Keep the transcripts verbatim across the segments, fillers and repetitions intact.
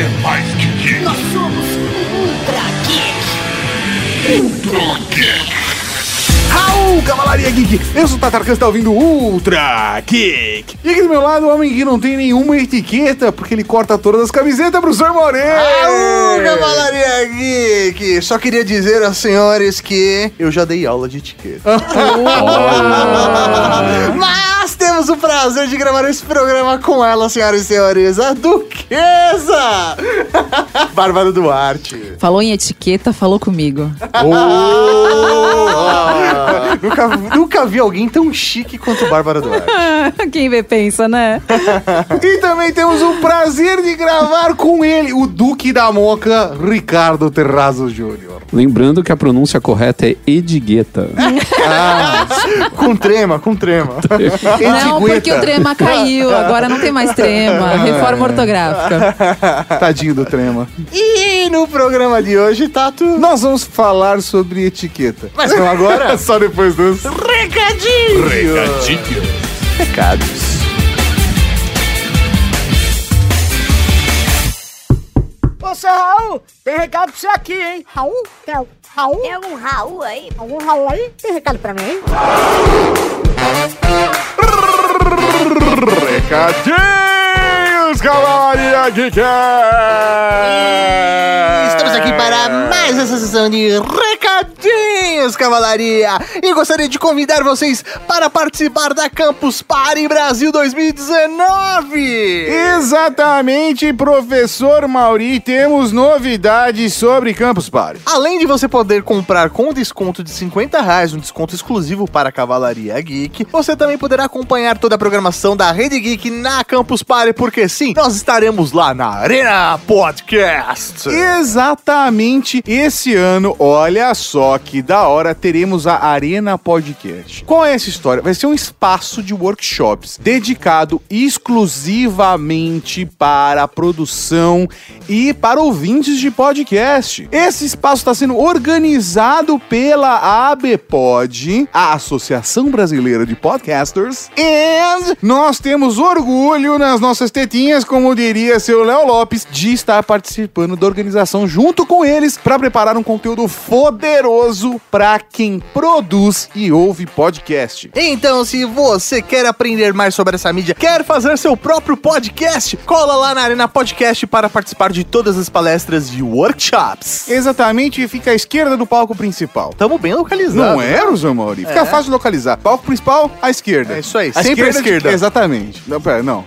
é mais que geek. Nós somos Ultra Geek. Ultra Geek. Raul, Cavalaria Geek! Eu sou o Tatarkan, está ouvindo Ultra Geek! E aqui do meu lado, o homem que não tem nenhuma etiqueta, porque ele corta todas as camisetas pro senhor Moreno! Raul, Cavalaria Geek! Só queria dizer aos senhores que eu já dei aula de etiqueta. Mas temos o prazer de gravar esse programa com ela, senhoras e senhores, a Duquesa! Bárbara Duarte. Falou em etiqueta, falou comigo. Oh! nunca, nunca vi alguém tão chique quanto Bárbara Duarte. Quem vê pensa, né? E também temos o prazer de gravar com ele, o Duque da Moca, Ricardo Terrazzo Júnior. Lembrando que a pronúncia correta é Edigueta. Ah, com trema, com trema. Não, porque o trema caiu, agora não tem mais trema. Reforma ortográfica. Tadinho do trema. E no programa de hoje, Tato, Nós vamos falar sobre etiqueta. mas não agora. Só depois dos Recadinho! Recadinho. Recados. Ô, seu Raul, tem recado pra você aqui, hein? Raul? Tem al- Raul? Tem algum Raul aí? Algum Raul aí? Tem recado pra mim, hein? Recadinhos, Cavalaria Geek! Estamos aqui para mais essa sessão de Recadinhos, Cavalaria! E gostaria de convidar vocês para participar da Campus Party Brasil dois mil e dezenove! Exatamente, professor Mauri, temos novidades sobre Campus Party. Além de você poder comprar com desconto de cinquenta reais, um desconto exclusivo para a Cavalaria Geek, você também poderá acompanhar toda a programação da Rede Geek na Campus Party, porque sim, nós estaremos lá na Arena Podcast! Exatamente, esse ano, olha só que da hora, teremos a Arena Podcast. Qual é essa história? Vai ser um espaço de workshops dedicado exclusivamente para a produção e para ouvintes de podcast. Esse espaço está sendo organizado pela ABPod, a Associação Brasileira de Podcasters, e nós temos orgulho nas nossas tetinhas, como diria seu Léo Lopes, de estar participando da organização junto com eles para preparar um conteúdo poderoso para quem produz e ouve podcast. Então, se você quer aprender mais sobre essa mídia, quer fazer seu próprio podcast, cola lá na Arena Podcast para participar de todas as palestras e workshops. Exatamente, fica à esquerda do palco principal. Tamo bem localizados. Não é, Rosão Mauri? Fica É. fácil de localizar. Palco principal, à esquerda. É isso aí, sempre à de- esquerda. Exatamente. Não, pera, não.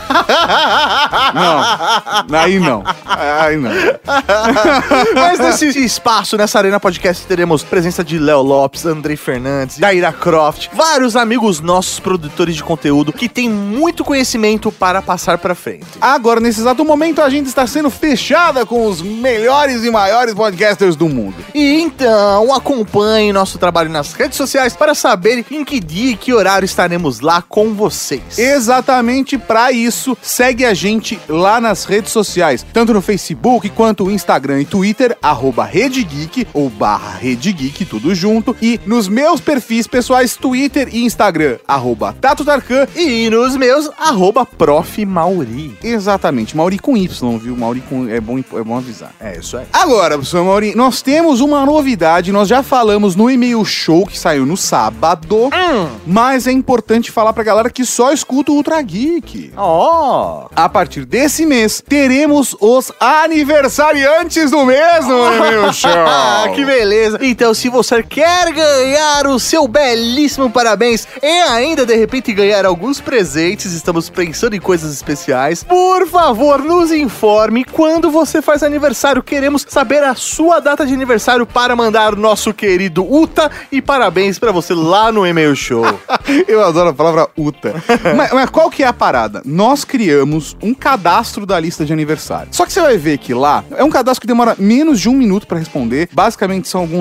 Não. Aí não. Aí não. Mas nesse espaço, nessa Arena Podcast, teremos presença de Léo Lopes, Andrei Fernandes, Daira Croft, vários amigos nossos produtores de conteúdo que têm muito conhecimento para passar pra frente. Agora, nesse exato momento, a gente está sendo fechada com os melhores e maiores podcasters do mundo. E então, acompanhe nosso trabalho nas redes sociais para saber em que dia e que horário estaremos lá com vocês. Exatamente para isso, segue a gente lá nas redes sociais, tanto no Facebook quanto Instagram e Twitter, arroba Rede Geek ou barra Rede Geek, tudo junto. E nos meus perfis pessoais, Twitter e Instagram, arroba Tato Tarkan. E nos meus, arroba Prof Mauri. Exatamente, Mauri com Y, viu? Mauri com... É bom, é bom avisar. É isso aí. Agora, professor Mauri, nós temos uma novidade, nós já falamos no e-mail show que saiu no sábado, Hum. mas é importante falar pra galera que só escuta o Ultra Geek. Ó. A partir desse mês, teremos os aniversariantes do mês no e-mail show. Ah, que beleza! Então, se você quer ganhar o seu belíssimo parabéns e ainda de repente ganhar alguns presentes, estamos pensando em coisas especiais, por favor, nos informe quando você faz aniversário. Queremos saber a sua data de aniversário para mandar o nosso querido Uta e parabéns pra você lá no e-mail show. Eu adoro a palavra Uta. mas, mas qual que é a parada? Nós criamos um cadastro da lista de aniversário. Só que você vai ver que lá é um cadastro que demora menos de um minuto pra responder. Basicamente são alguns dados como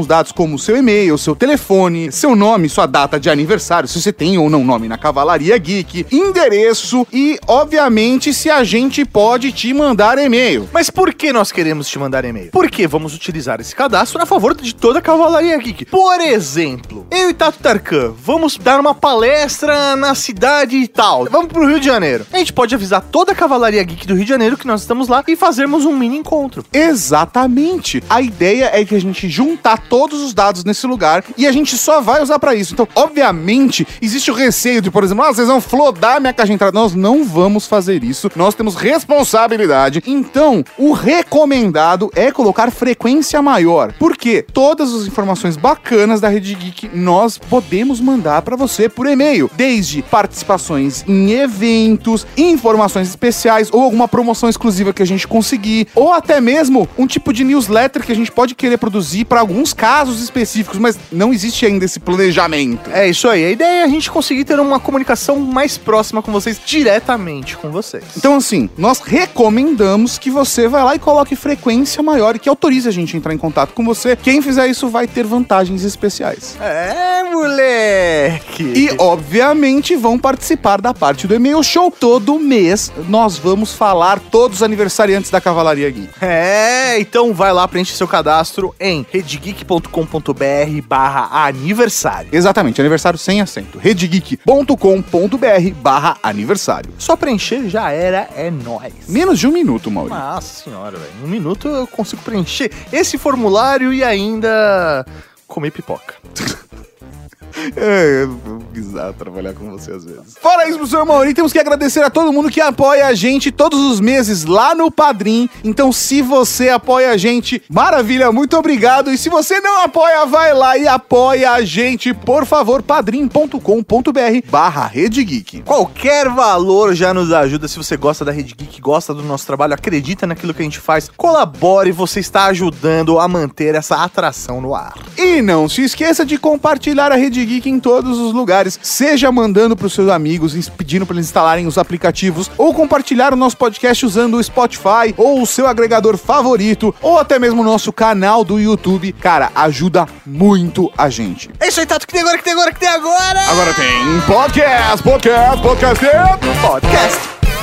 como seu e-mail, seu telefone, seu nome, sua data de aniversário, se você tem ou não nome na Cavalaria Geek, endereço e, obviamente, se a gente pode te mandar e-mail. Mas por que nós queremos te mandar e-mail? Porque vamos utilizar esse cadastro a favor de toda a Cavalaria Geek. Por exemplo, eu e Tato Tarkan vamos dar uma palestra na cidade e tal. Vamos pro Rio de Janeiro. A gente pode avisar toda a Cavalaria Geek do Rio de Janeiro que nós estamos lá e fazermos um mini encontro. Exatamente. A ideia é que a gente juntar todos os dados nesse lugar e a gente só vai usar pra isso. Então, obviamente, existe o receio de, por exemplo, ah, vocês vão flodar minha caixa de entrada. Nós não vamos fazer isso. Nós temos responsabilidade. Então, o recomendado é colocar frequência maior. Porque todas as informações bacanas da Rede Geek nós podemos mandar pra você por e-mail. Desde participações em eventos, informações especiais ou alguma promoção exclusiva que a gente conseguir, ou até mesmo um tipo de newsletter que a gente pode querer produzir para alguns casos específicos, mas não existe ainda esse planejamento. É isso aí, a ideia é a gente conseguir ter uma comunicação mais próxima com vocês, diretamente com vocês. Então assim, nós recomendamos que você vá lá e coloque frequência maior e que autorize a gente a entrar em contato com você. Quem fizer isso vai ter vantagens especiais. É, moleque! E, obviamente, vão participar da parte do e-mail show. Todo mês nós vamos falar todos os aniversariantes da Cavalaria Geek. É, então vai lá, preenche seu cadastro em redegeek.com.br barra aniversário. Exatamente, aniversário sem acento. redegeek.com.br barra aniversário. Só preencher já era, é nóis. Menos de um minuto, Maurício. Nossa senhora, velho. Um minuto eu consigo preencher esse formulário e ainda comer pipoca. É, é bizarro trabalhar com você às vezes. Fora isso, professor Maurício, temos que agradecer a todo mundo que apoia a gente todos os meses lá no Padrim. Então, se você apoia a gente, maravilha, muito obrigado. E se você não apoia, vai lá e apoia a gente, por favor, padrim.com.br barra Rede Geek. Qualquer valor já nos ajuda. Se você gosta da Rede Geek, gosta do nosso trabalho, acredita naquilo que a gente faz, colabore, você está ajudando a manter essa atração no ar. E não se esqueça de compartilhar a Rede Geek em todos os lugares, seja mandando para os seus amigos, pedindo para eles instalarem os aplicativos, ou compartilhar o nosso podcast usando o Spotify, ou o seu agregador favorito, ou até mesmo o nosso canal do YouTube. Cara, ajuda muito a gente. É isso aí, Tato, que tem agora, que tem agora, que tem agora! Agora tem podcast, podcast, podcast, podcast.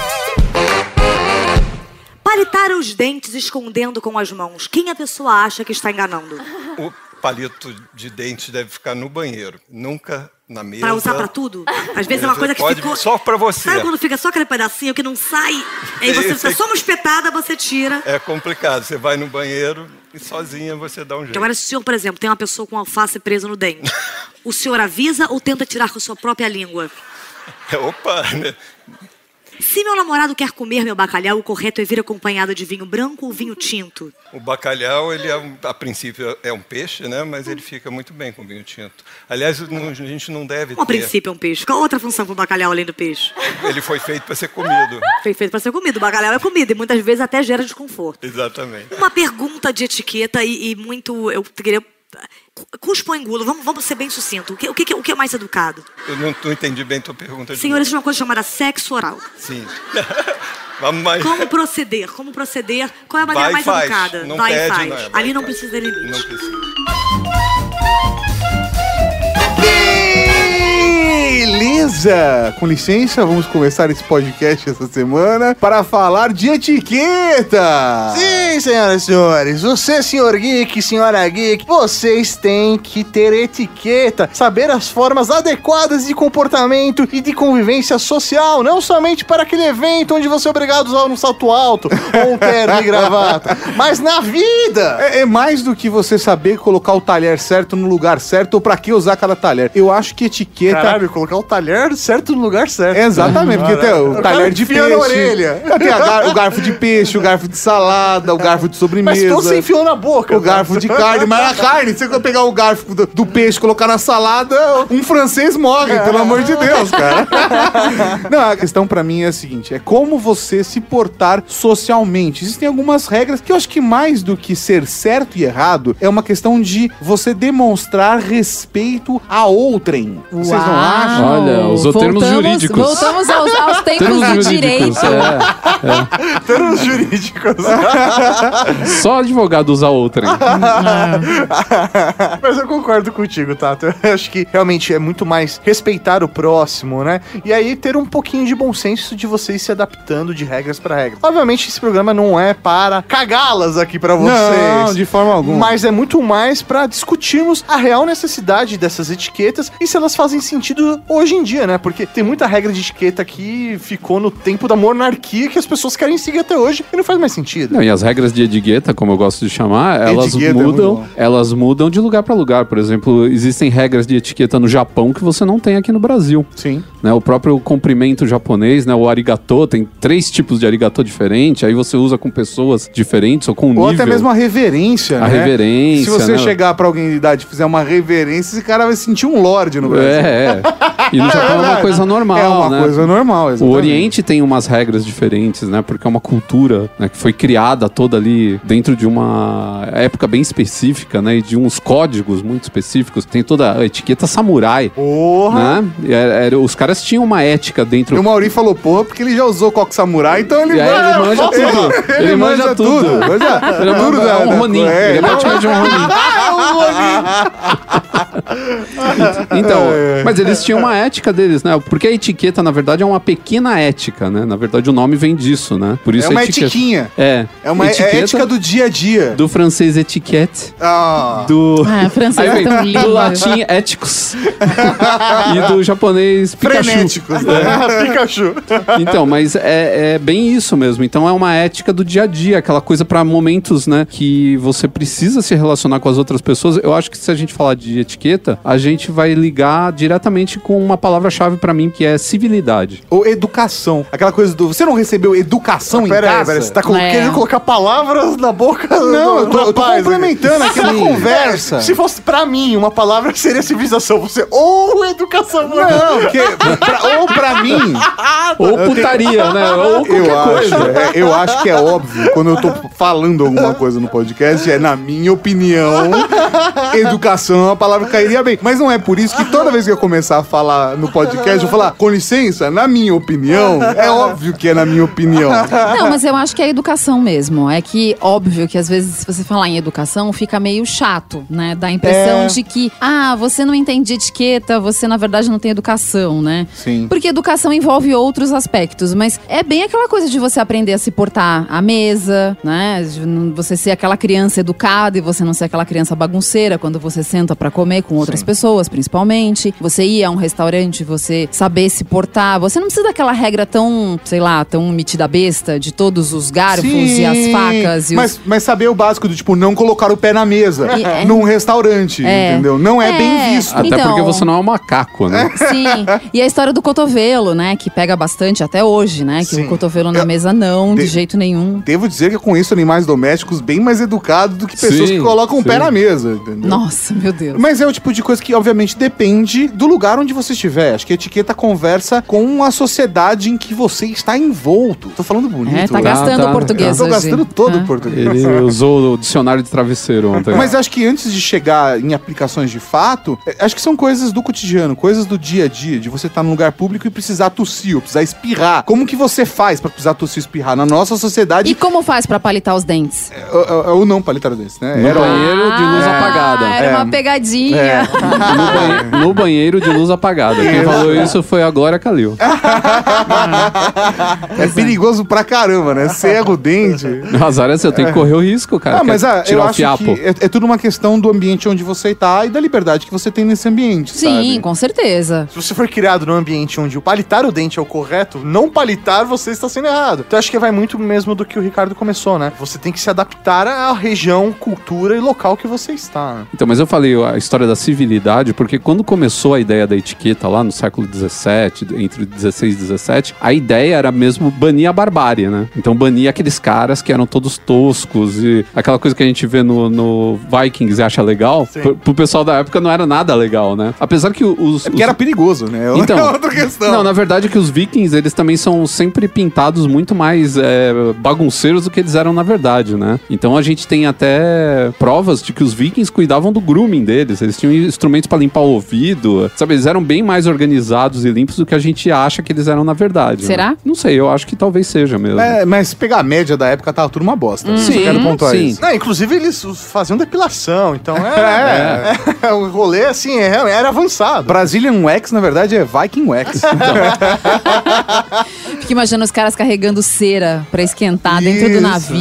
Palitar os dentes escondendo com as mãos. Quem a pessoa acha que está enganando? O palito de dente deve ficar no banheiro, nunca na mesa. Pra usar pra tudo? Às vezes é uma coisa que pode, ficou... só pra você. Sabe quando fica só aquele pedacinho que não sai? Aí você precisa só uma espetada, você tira. É complicado, você vai no banheiro e sozinha você dá um jeito. Agora, se o senhor, por exemplo, tem uma pessoa com alface presa no dente, o senhor avisa ou tenta tirar com a sua própria língua? Opa, né? Se meu namorado quer comer meu bacalhau, o correto é vir acompanhado de vinho branco ou vinho tinto? O bacalhau, ele é, um, a princípio é um peixe, né? Mas ele fica muito bem com vinho tinto. Aliás, a gente não deve ter... A princípio é um peixe. Qual outra função para o bacalhau além do peixe? Ele foi feito para ser comido. Foi feito para ser comido. O bacalhau é comida e muitas vezes até gera desconforto. Exatamente. Uma pergunta de etiqueta e, e muito... Eu queria... Cuspo ou engulo? Vamos, vamos ser bem sucinto. O que, o, que, o que é mais educado? Eu não, não entendi bem a tua pergunta. Senhor, existe uma coisa chamada sexo oral. Sim. Vamos mais. Como proceder? Como proceder? Qual é a maneira Vai, mais faz. educada? Não vai pede, e faz. não é, vai, Ali não faz. precisa de limite. Não precisa. Beleza! Com licença, vamos começar esse podcast essa semana para falar de etiqueta! Sim, senhoras e senhores, você, senhor geek, senhora geek, vocês têm que ter etiqueta, saber as formas adequadas de comportamento e de convivência social, não somente para aquele evento onde você é obrigado a usar um salto alto ou um terno e gravata, mas na vida! É, é mais do que você saber colocar o talher certo no lugar certo ou para que usar cada talher. Eu acho que etiqueta... Caralho, colocar o talher certo no lugar certo. É exatamente, porque tem o, O talher cara de enfia peixe. na orelha. Tem a gar- o garfo de peixe, o garfo de salada, o garfo de sobremesa. Mas todo você enfiou na boca. O garfo de carne, mas a carne, se você pegar o garfo do, do peixe e colocar na salada, um francês morre, pelo amor de Deus, cara. Não, a questão pra mim é a seguinte, é como você se portar socialmente. Existem algumas regras que eu acho que mais do que ser certo e errado, é uma questão de você demonstrar respeito a outrem. Vocês não acham? Olha, usou termos jurídicos. Voltamos aos, aos tempos Termos do jurídicos, direito. é, é. Termos jurídicos. Só advogado usa outra. Hein? Mas eu concordo contigo, Tato. Eu acho que realmente é muito mais respeitar o próximo, né? E aí ter um pouquinho de bom senso de vocês se adaptando de regras para regras. Obviamente esse programa não é para cagá-las aqui para vocês. Não, de forma alguma. Mas é muito mais para discutirmos a real necessidade dessas etiquetas e se elas fazem sentido hoje em dia, né? Porque tem muita regra de etiqueta que ficou no tempo da monarquia que as pessoas querem seguir até hoje e não faz mais sentido. Não, e as regras de etiqueta, como eu gosto de chamar, elas Etiqueta é mudam, muito bom. elas mudam de lugar para lugar. Por exemplo, existem regras de etiqueta no Japão que você não tem aqui no Brasil. Sim. Né, o próprio cumprimento japonês, né, o arigatô, tem três tipos de arigatô diferentes, aí você usa com pessoas diferentes ou com Ou nível. até mesmo a reverência, A né? reverência, Se você né? chegar pra alguém de idade e fizer uma reverência, esse cara vai se sentir um lorde no Brasil. É, é. E no Japão é uma verdade. coisa normal, É uma né? coisa normal, O exatamente. Oriente tem umas regras diferentes, né? Porque é uma cultura, né, que foi criada toda ali dentro de uma época bem específica, né? E de uns códigos muito específicos. Tem toda a etiqueta samurai, Porra! né? E era- era- os caras tinham uma ética dentro... E o Mauri falou, porra, porque ele já usou coque samurai, então ele, E aí ele manja tudo. Ele, Ele manja, manja tudo. tudo. Manja Ele é tudo um- da- é um da- Ronin. é, Ele é praticamente um Ronin. Ah, é um Ronin. Então, É. mas eles tinham uma ética deles, né? Porque a etiqueta, na verdade, é uma pequena ética, né? Na verdade, o nome vem disso, né? Por isso É uma a etiqueta... etiquinha. É. É uma é etiqueta ética do dia a dia. do francês etiquette, Ah. do... Ah, francês Aí é vem tão lindo. do latim éticos e do japonês Pikachu. Frenéticos, né? Pikachu. Então, mas é, é bem isso mesmo. Então é uma ética do dia a dia, aquela coisa pra momentos, né, que você precisa se relacionar com as outras pessoas. Eu acho que se a gente falar de etiqueta, a gente vai ligar diretamente com uma palavra-chave pra mim, que é civilidade. Ou educação. Aquela coisa do... Você não recebeu educação em Pera aí, casa? pera aí, você tá colo- É. querendo colocar palavras na boca Não, eu do tô, eu tô rapaz, complementando aqui na Sim. conversa. Se fosse pra mim, uma palavra seria civilização. Você, ou educação. Não, porque... pra- ou pra mim... Ou putaria, né? Ou qualquer Eu acho, coisa. é, eu acho que é óbvio, quando eu tô falando alguma coisa no podcast, é, na minha opinião, educação é uma palavra que cairia bem. Mas não é por isso que toda vez que eu começar a falar no podcast, eu vou falar, com licença, na minha opinião, é óbvio que é na minha opinião. Não, mas eu acho que é educação mesmo. É que, óbvio, que às vezes, se você falar em educação, fica meio chato, né? Dá a impressão É. de que, ah, você não entende etiqueta, você na verdade não tem educação, né? Sim. Porque educação envolve outros aspectos, mas é bem aquela coisa de você aprender a se portar à mesa, né? De não- você ser aquela criança educada e você não ser aquela criança bagunceira quando você senta pra comer com outras pessoas, principalmente. Você ir a um restaurante, você saber se portar. Você não precisa daquela regra tão, sei lá, tão metida besta de todos os garfos e as Sim, facas e mas, os... mas saber o básico do tipo, não colocar o pé na mesa E é- num restaurante, É. entendeu? Não é, É. bem visto. Até Então- porque você não é um macaco, né? Sim, e a história do cotovelo, né? Que pega bastante até hoje, né? Que Sim. o cotovelo na Eu- mesa não, de de- jeito nenhum. Devo dizer que eu conheço animais domésticos bem mais educados do que pessoas Sim, que colocam o pé sim. na mesa, entendeu? Nossa, meu Deus. Mas é o tipo de coisa que, obviamente, depende do lugar onde você estiver. Acho que a etiqueta conversa com a sociedade em que você está envolto. Tô falando bonito. É, tá né? gastando tá. o português Tô hoje. gastando todo Ah. o português. Ele usou o dicionário de travesseiro ontem. Mas acho que antes de chegar em aplicações de fato, é, acho que são coisas do cotidiano, coisas do dia a dia, de você estar num lugar público e precisar tossir, ou precisar espirrar. Como que você faz pra precisar tossir e espirrar? Na nossa sociedade, E como faz pra palitar os dentes? ou, ou não palitar desse, né? No Era- banheiro de luz Ah, apagada. Era É. uma pegadinha. É. No, banhe- no banheiro de luz apagada. Quem falou isso foi a Glória Calil. É perigoso pra caramba, né? Cego o dente. Azar é seu, tem que correr o risco, cara. Ah, mas Quer ah, eu tirar o acho fiapo. que é, é tudo uma questão do ambiente onde você tá e da liberdade que você tem nesse ambiente, Sim, sabe? com certeza. Se você for criado num ambiente onde o palitar o dente é o correto, não palitar você está sendo errado. Então acho que vai muito mesmo do que o Ricardo começou, né? Você tem que se adaptar à região, cultura e local que você está. Né? Então, mas eu falei a história da civilidade, porque quando começou a ideia da etiqueta lá no século dezessete, entre dezesseis e dezessete, a ideia era mesmo banir a barbárie, né? Então banir aqueles caras que eram todos toscos e aquela coisa que a gente vê no, no Vikings e acha legal, pro, pro pessoal da época não era nada legal, né? Apesar que os... É porque os- era perigoso, né? Então, é outra questão. Não, na verdade é que os vikings, eles também são sempre pintados muito mais é, bagunceiros do que eles eram na verdade, né? Então a gente tem até provas de que os vikings Vikings cuidavam do grooming deles. Eles tinham instrumentos pra limpar o ouvido. Sabe, eles eram bem mais organizados e limpos do que a gente acha que eles eram na verdade. Será? Né? Não sei, eu acho que talvez seja mesmo. É, mas se pegar a média da época, tava tudo uma bosta. Sim, Só quero pontuar sim. isso. Não, inclusive eles faziam depilação, então é, é, é, o rolê assim, é, era avançado. Brazilian Wax, na verdade, é Viking Wax. Fica imaginando os caras carregando cera pra esquentar dentro do Isso. navio.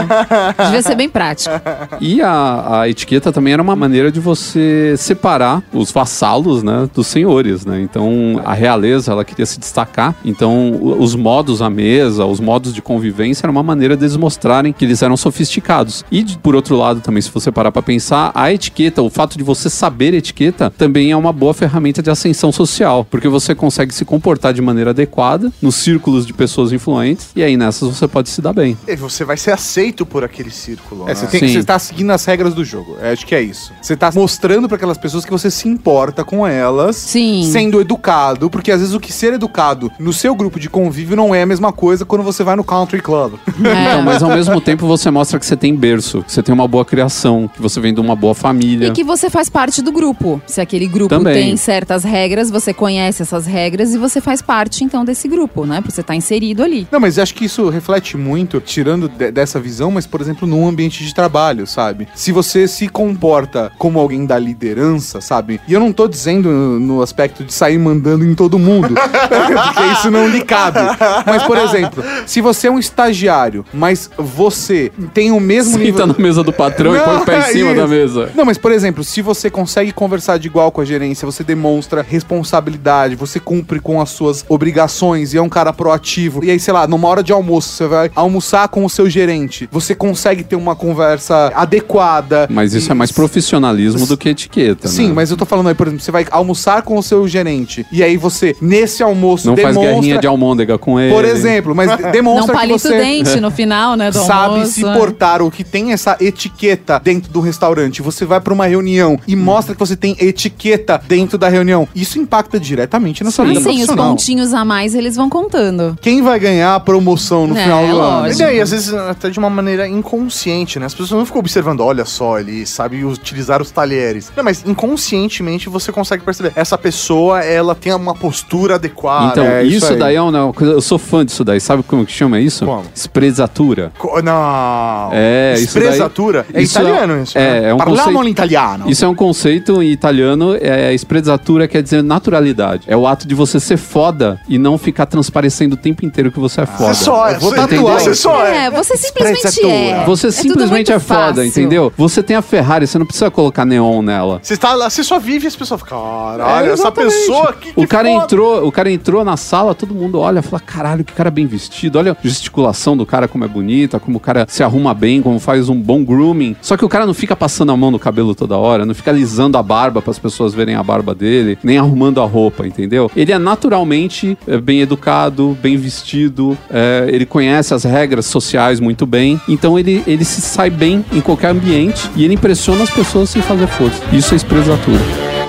Devia ser bem prático. E a, a etiqueta também era uma maneira de você separar os vassalos, né, dos senhores, né? Então, a realeza, ela queria se destacar. Então, o- os modos à mesa, os modos de convivência, era uma maneira deles mostrarem que eles eram sofisticados. E, de- por outro lado, também, se você parar pra pensar, a etiqueta, o fato de você saber etiqueta, também é uma boa ferramenta de ascensão social. Porque você consegue se comportar de maneira adequada nos círculos de pessoas influentes. E aí, nessas, você pode se dar bem. E você vai ser aceito por aquele círculo. É, né? você, tem, Sim. você tá seguindo as regras do jogo. Eu acho que é isso. Você tá mostrando pra aquelas pessoas que você se importa com elas, Sim. sendo educado, porque às vezes o que ser educado no seu grupo de convívio não é a mesma coisa quando você vai no country club. É. Então, mas ao mesmo tempo você mostra que você tem berço, que você tem uma boa criação, que você vem de uma boa família. E que você faz parte do grupo. Se aquele grupo Também. tem certas regras, você conhece essas regras e você faz parte, então, desse grupo, né? Porque você tá inserido ali. Não, mas acho que isso reflete muito, tirando de- dessa visão, mas, por exemplo, num ambiente de trabalho, sabe? Se você se comporta como alguém da liderança, sabe? E eu não tô dizendo no, no aspecto de sair mandando em todo mundo, porque isso não lhe cabe. Mas, por exemplo, se você é um estagiário, mas você tem o mesmo Senta nível... na mesa do patrão e põe o pé em cima isso. da mesa. Não, mas por exemplo, se você consegue conversar de igual com a gerência, você demonstra responsabilidade, você cumpre com as suas obrigações e é um cara proativo. E aí, sei lá, numa hora de almoço, você vai almoçar com o seu gerente, você consegue ter uma conversa adequada. Mas isso E- é mais profissionalismo do que etiqueta, Sim, né? mas eu tô falando aí, por exemplo, você vai almoçar com o seu gerente e aí você, nesse almoço, Não demonstra... faz guerrinha de almôndega com ele. Por exemplo, mas Não demonstra que palita o você... dente no final, né, do sabe almoço. se portar, ou que tem essa etiqueta dentro do restaurante. Você vai pra uma reunião e mostra que você tem etiqueta dentro da reunião. Isso impacta diretamente na sua vida Sim, os profissional. pontinhos a mais eles vão contando. Quem vai ganhar a promoção no É, final do ano? lógico. E daí, às vezes, até de uma maneira inconsciente, né? As pessoas não ficam observando, olha só, ele sabe utilizar os talheres. Não, mas inconscientemente você consegue perceber. Essa pessoa, ela tem uma postura adequada. Então, é isso isso, aí. daí é uma coisa. Eu sou fã disso daí. Sabe como que chama isso? Como? Esprezatura. Co- Não. É, isso daí- Esprezatura. É isso italiano isso, é, né? é um Parliamo conceito. in italiano. Isso é um conceito em italiano, é esprezatura, quer dizer naturalidade. É o ato de você ser foda e não ficar transparecendo o tempo inteiro que você é foda. Você só é. Eu vou você- tatuar Você isso. só é. É, você simplesmente Esprezatura. é. Você É tudo simplesmente muito é foda, fácil. entendeu? Você tem a Ferrari, você não precisa colocar neon nela. Você tá lá, você só vive e as pessoas ficam, caralho, É, essa exatamente. pessoa aqui que O cara foda. entrou, o cara entrou na sala, todo mundo olha, fala, caralho, que cara bem vestido. Olha a gesticulação do cara como é bonita, como o cara se arruma bem, como faz um bom grooming. Só que o cara não fica passando a mão no cabelo toda hora, não fica alisando a barba para as pessoas verem a barba dele, nem arrumando a roupa, entendeu? Ele é naturalmente é, bem educado, bem vestido, é, ele conhece as regras sociais muito bem, então ele, ele se sai bem em qualquer ambiente e ele impressiona as pessoas sem fazer força. Isso é esprezatura.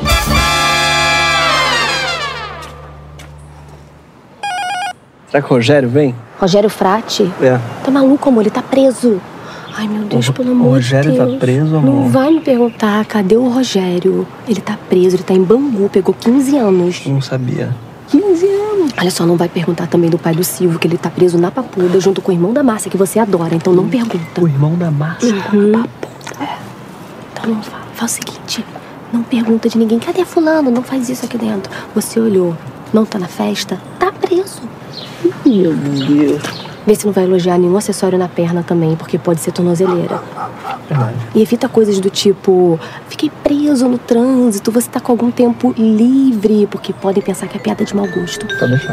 Será que o Rogério vem? Rogério Frati? É. Tá maluco, amor? Ele tá preso. Ai, meu Deus, O- pelo o amor Rogério de tá Deus. preso, amor? Não vai me perguntar, cadê o Rogério? Ele tá preso, ele tá em Bangu, pegou quinze anos. Não sabia. quinze anos. Olha só, não vai perguntar também do pai do Silvio, que ele tá preso na Papuda, junto com o irmão da Márcia, que você adora, então não pergunta. O irmão da Márcia. Uhum. É. Então não fala. Faz o seguinte, não pergunta de ninguém, cadê fulano? Não faz isso aqui dentro. Você olhou, não tá na festa? Tá preso. Meu Deus. Vê se não vai elogiar nenhum acessório na perna também, porque pode ser tornozeleira. Verdade. E evita coisas do tipo, fiquei preso no trânsito, você tá com algum tempo livre, porque podem pensar que é piada de mau gosto. Pode deixar.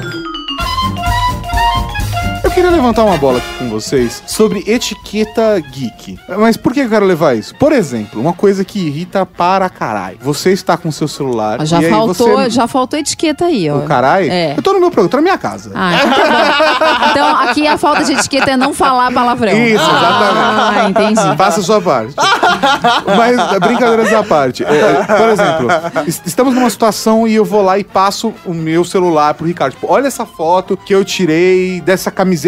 Eu queria levantar uma bola aqui com vocês sobre etiqueta geek. Mas por que eu quero levar isso? Por exemplo, uma coisa que irrita para caralho. Você está com seu celular Já e aí faltou, você... já faltou etiqueta aí, ó. O caralho? É. Eu tô no meu programa, tô na minha casa. Ah, então tá bom. Então aqui a falta de etiqueta é não falar palavrão. Isso, Ah, entendi. Faça a sua parte. Mas, brincadeiras à parte. É, é, por exemplo, es- estamos numa situação e eu vou lá e passo o meu celular pro Ricardo. Tipo, olha essa foto que eu tirei dessa camiseta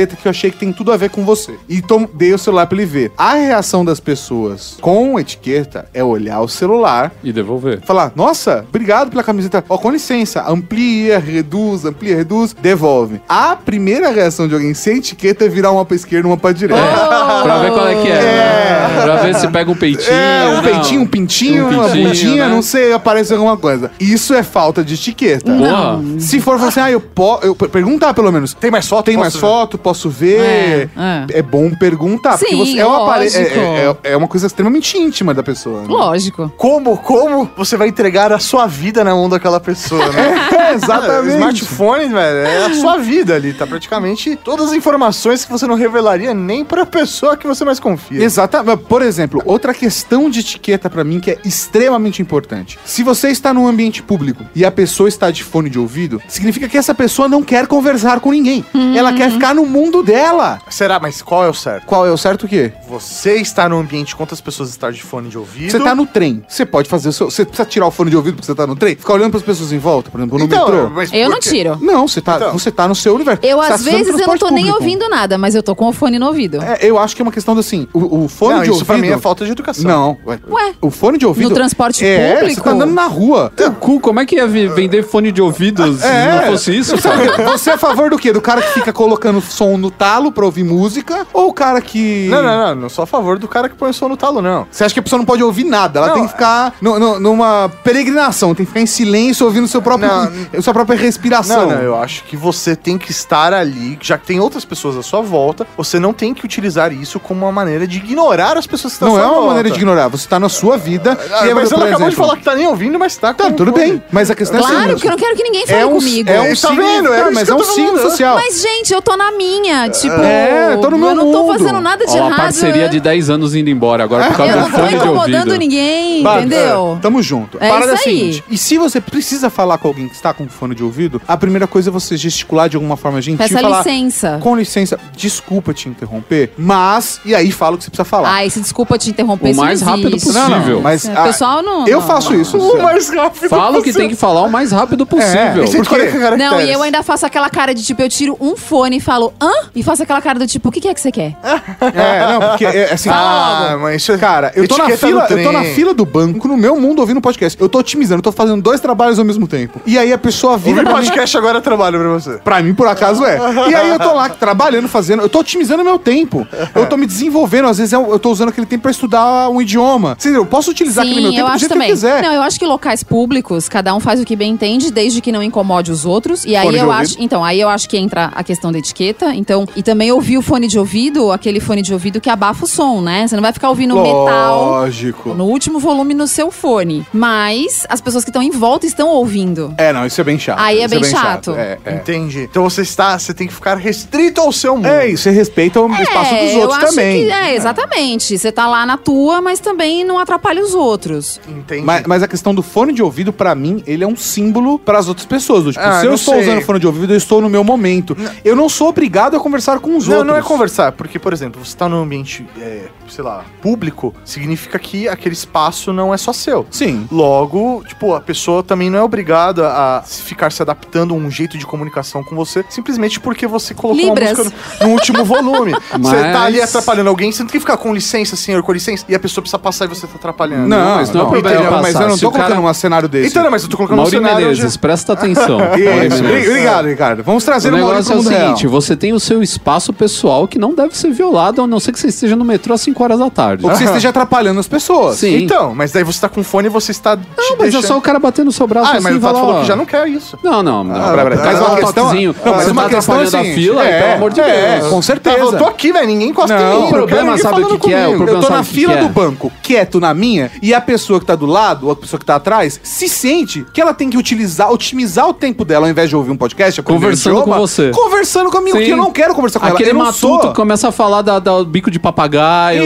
camiseta que eu achei que tem tudo a ver com você. E tom, dei o celular pra ele ver. A reação das pessoas com etiqueta é olhar o celular e devolver. Falar, nossa, obrigado pela camiseta. Ó, com licença, amplia, reduz, amplia, reduz, devolve. A primeira reação de alguém sem etiqueta é virar uma pra esquerda e uma pra direita. Oh! Pra ver qual é que é, é. Né? Pra ver se pega um peitinho. É, um não. peitinho, um pintinho, um uma pintinho, bundinha, né? não sei, aparece alguma coisa. Isso é falta de etiqueta. Não. Se for assim, ah, eu posso. Eu, perguntar pelo menos. Tem mais foto? Tem mais ver? foto? Posso ver? É, é. É bom perguntar. Sim, porque você é uma apare... lógico. é, é, é uma coisa extremamente íntima da pessoa. Né? Lógico. Como, como você vai entregar a sua vida na mão daquela pessoa, né? É, exatamente. O smartphone, velho, é a sua vida ali. Tá praticamente todas as informações que você não revelaria nem pra pessoa que você mais confia. Exatamente. Por exemplo, outra questão de etiqueta pra mim que é extremamente importante. Se você está num ambiente público e a pessoa está de fone de ouvido, significa que essa pessoa não quer conversar com ninguém. Uhum. Ela quer ficar no mundo dela. Será? Mas qual é o certo? Qual é o certo o quê? Você está no ambiente com quantas pessoas estão de fone de ouvido? Você tá no trem. Você pode fazer o seu... Você precisa tirar o fone de ouvido porque você tá no trem? Ficar olhando pras pessoas em volta, por exemplo, no então, metrô? Mas eu não tiro. Não, você tá, então. você tá no seu universo. Eu, você às tá vezes, eu não tô transporte nem público. ouvindo nada, mas eu tô com o fone no ouvido. É, eu acho que é uma questão de assim, o, o fone não, de isso ouvido... pra mim é falta de educação. Não. Ué. Ué. O fone de ouvido... No transporte é, público? Você tá andando na rua. Teu cu, como é que ia vender fone de ouvido se É. não fosse isso, cara? Você é a favor do quê? Do cara que fica colocando som no talo pra ouvir música? Ou o cara que... Não, não, não. Não sou a favor do cara que põe o som no talo, não. Você acha que a pessoa não pode ouvir nada? Ela Não, tem que ficar no, no, numa peregrinação, tem que ficar em silêncio ouvindo seu próprio, Não. sua própria respiração. Não, não, eu acho que você tem que estar ali, já que tem outras pessoas à sua volta, você não tem que utilizar isso como uma maneira de ignorar as pessoas que estão à Não sua é uma volta. maneira de ignorar, você tá na sua vida. Ah, e é, mas por ela acabou de exemplo, falar que tá nem ouvindo, mas tá com Tá, tudo fone. bem, mas a questão é Claro, assim, porque eu não quero que ninguém fale é um, comigo. É um Tá signo, vendo? É tá, isso mas que é eu um tô signo falando. social. Mas, gente, eu tô na minha. Tipo, É, tô no meu eu não tô mundo. fazendo nada de Ó, errado. a parceria de dez anos indo embora agora por causa Eu do não tô fone de incomodando ouvido. ninguém, Bah, entendeu? é, tamo junto. É Parada isso aí. seguinte, e se você precisa falar com alguém que está com fone de ouvido, a primeira coisa é você gesticular de alguma forma gentil Peça e falar, licença. com licença, desculpa te interromper, mas... E aí fala o que você precisa falar. Ai, se desculpa te interromper, O isso mais não rápido existe. possível. Não, não, mas... É, a- pessoal não... eu não. faço isso. O mais rápido Fala o que tem que falar o mais rápido possível. É, cento e quarenta caracteres. Não, e eu ainda faço aquela cara de tipo, eu tiro um fone e falo, hã? E faço aquela cara do tipo, o que, que é que você quer? É, não, porque é, assim... Ah, mas isso é... Cara, eu tô, na etiqueta fila, do eu tô na trem. fila do banco, no meu mundo, ouvindo podcast. Eu tô otimizando, eu tô fazendo dois trabalhos ao mesmo tempo. E aí a pessoa vira Ouvir pra mim... podcast agora é trabalho pra você. Pra mim, por acaso, é. E aí eu tô lá trabalhando, fazendo... Eu tô otimizando meu tempo. Eu tô me desenvolvendo. Às vezes eu, eu tô usando aquele tempo pra estudar um idioma. Você entendeu? Eu posso utilizar aquele meu Sim, tempo eu do acho jeito também. que eu quiser. Não, eu acho que locais públicos, cada um faz o que bem entende, desde que não incomode os outros. E aí Fone de eu ouvido. acho. Então, aí eu acho que entra a questão da etiqueta. Então, e também ouvir o fone de ouvido, aquele fone de ouvido que abafa o som, né? Você não vai ficar ouvindo metal Lógico. no último volume no seu fone. Mas as pessoas que estão em volta estão ouvindo. É, não, isso é bem chato. Aí é Isso bem chato. É, é. Entendi. Então você está... Você tem que ficar restrito ao seu mundo. É isso, você respeita o espaço dos eu outros acho também. Que, é, exatamente. Você tá lá na tua, mas também não atrapalha os outros. Entendi. Mas, mas a questão do fone de ouvido, pra mim, ele é um símbolo pras outras pessoas. Do tipo, Ah, se eu não estou sei. usando fone de ouvido, eu estou no meu momento. Eu não sou obrigado a conversar com os Não, outros. não é conversar, porque, por exemplo, você tá num ambiente, é, sei lá, público, significa que aquele espaço não é só seu. Sim. Logo, tipo, a pessoa também não é obrigada a ficar se adaptando a um jeito de comunicação com você, simplesmente porque você colocou Libras. uma música no, no último volume. Você Mas- tá ali atrapalhando alguém, você não tem que ficar com licença, senhor, com licença, e a pessoa precisa passar e você tá atrapalhando. Não, mas não é problema entendeu? passar. Mas eu não Se tô o cara- colocando um cenário desse. Então, não, mas eu tô colocando Mauri um cenário Menezes, onde... presta atenção. Mauri Isso, Menezes. obrigado, Ricardo. Vamos trazer O o Maurício negócio é pro o mundo seguinte, real. você tem o seu espaço pessoal que não deve ser violado, a não ser que você esteja no metrô às cinco horas da tarde. Ou que você esteja atrapalhando as pessoas. Sim. Então, mas daí você tá com fone e você está... Não, mas é só o cara bater no seu braço Ah, assim mas e o Tato falar, falou ó, que já não quer isso. Não, não, não. Ah, Pera, pera, mas Faz uma um questão- toquezinho. Não, mas Você uma tá questão atrapalhando assim, a fila, aí, é, pelo amor de é, Deus. com certeza. Tá, eu tô aqui, velho, ninguém encosta Não, em mim. o não quero problema, ninguém sabe falando o que que é? O comigo. problema- Eu tô na sabe o que fila que é? do banco, quieto na minha, e a pessoa que tá do lado, ou a pessoa que tá atrás, se sente que ela tem que utilizar, otimizar o tempo dela, ao invés de ouvir um podcast, aprender um Conversando idioma, com você. Conversando comigo, Sim. que eu não quero conversar com Aquele ela. Eu não matuto sou. começa a falar da, da bico de papagaio,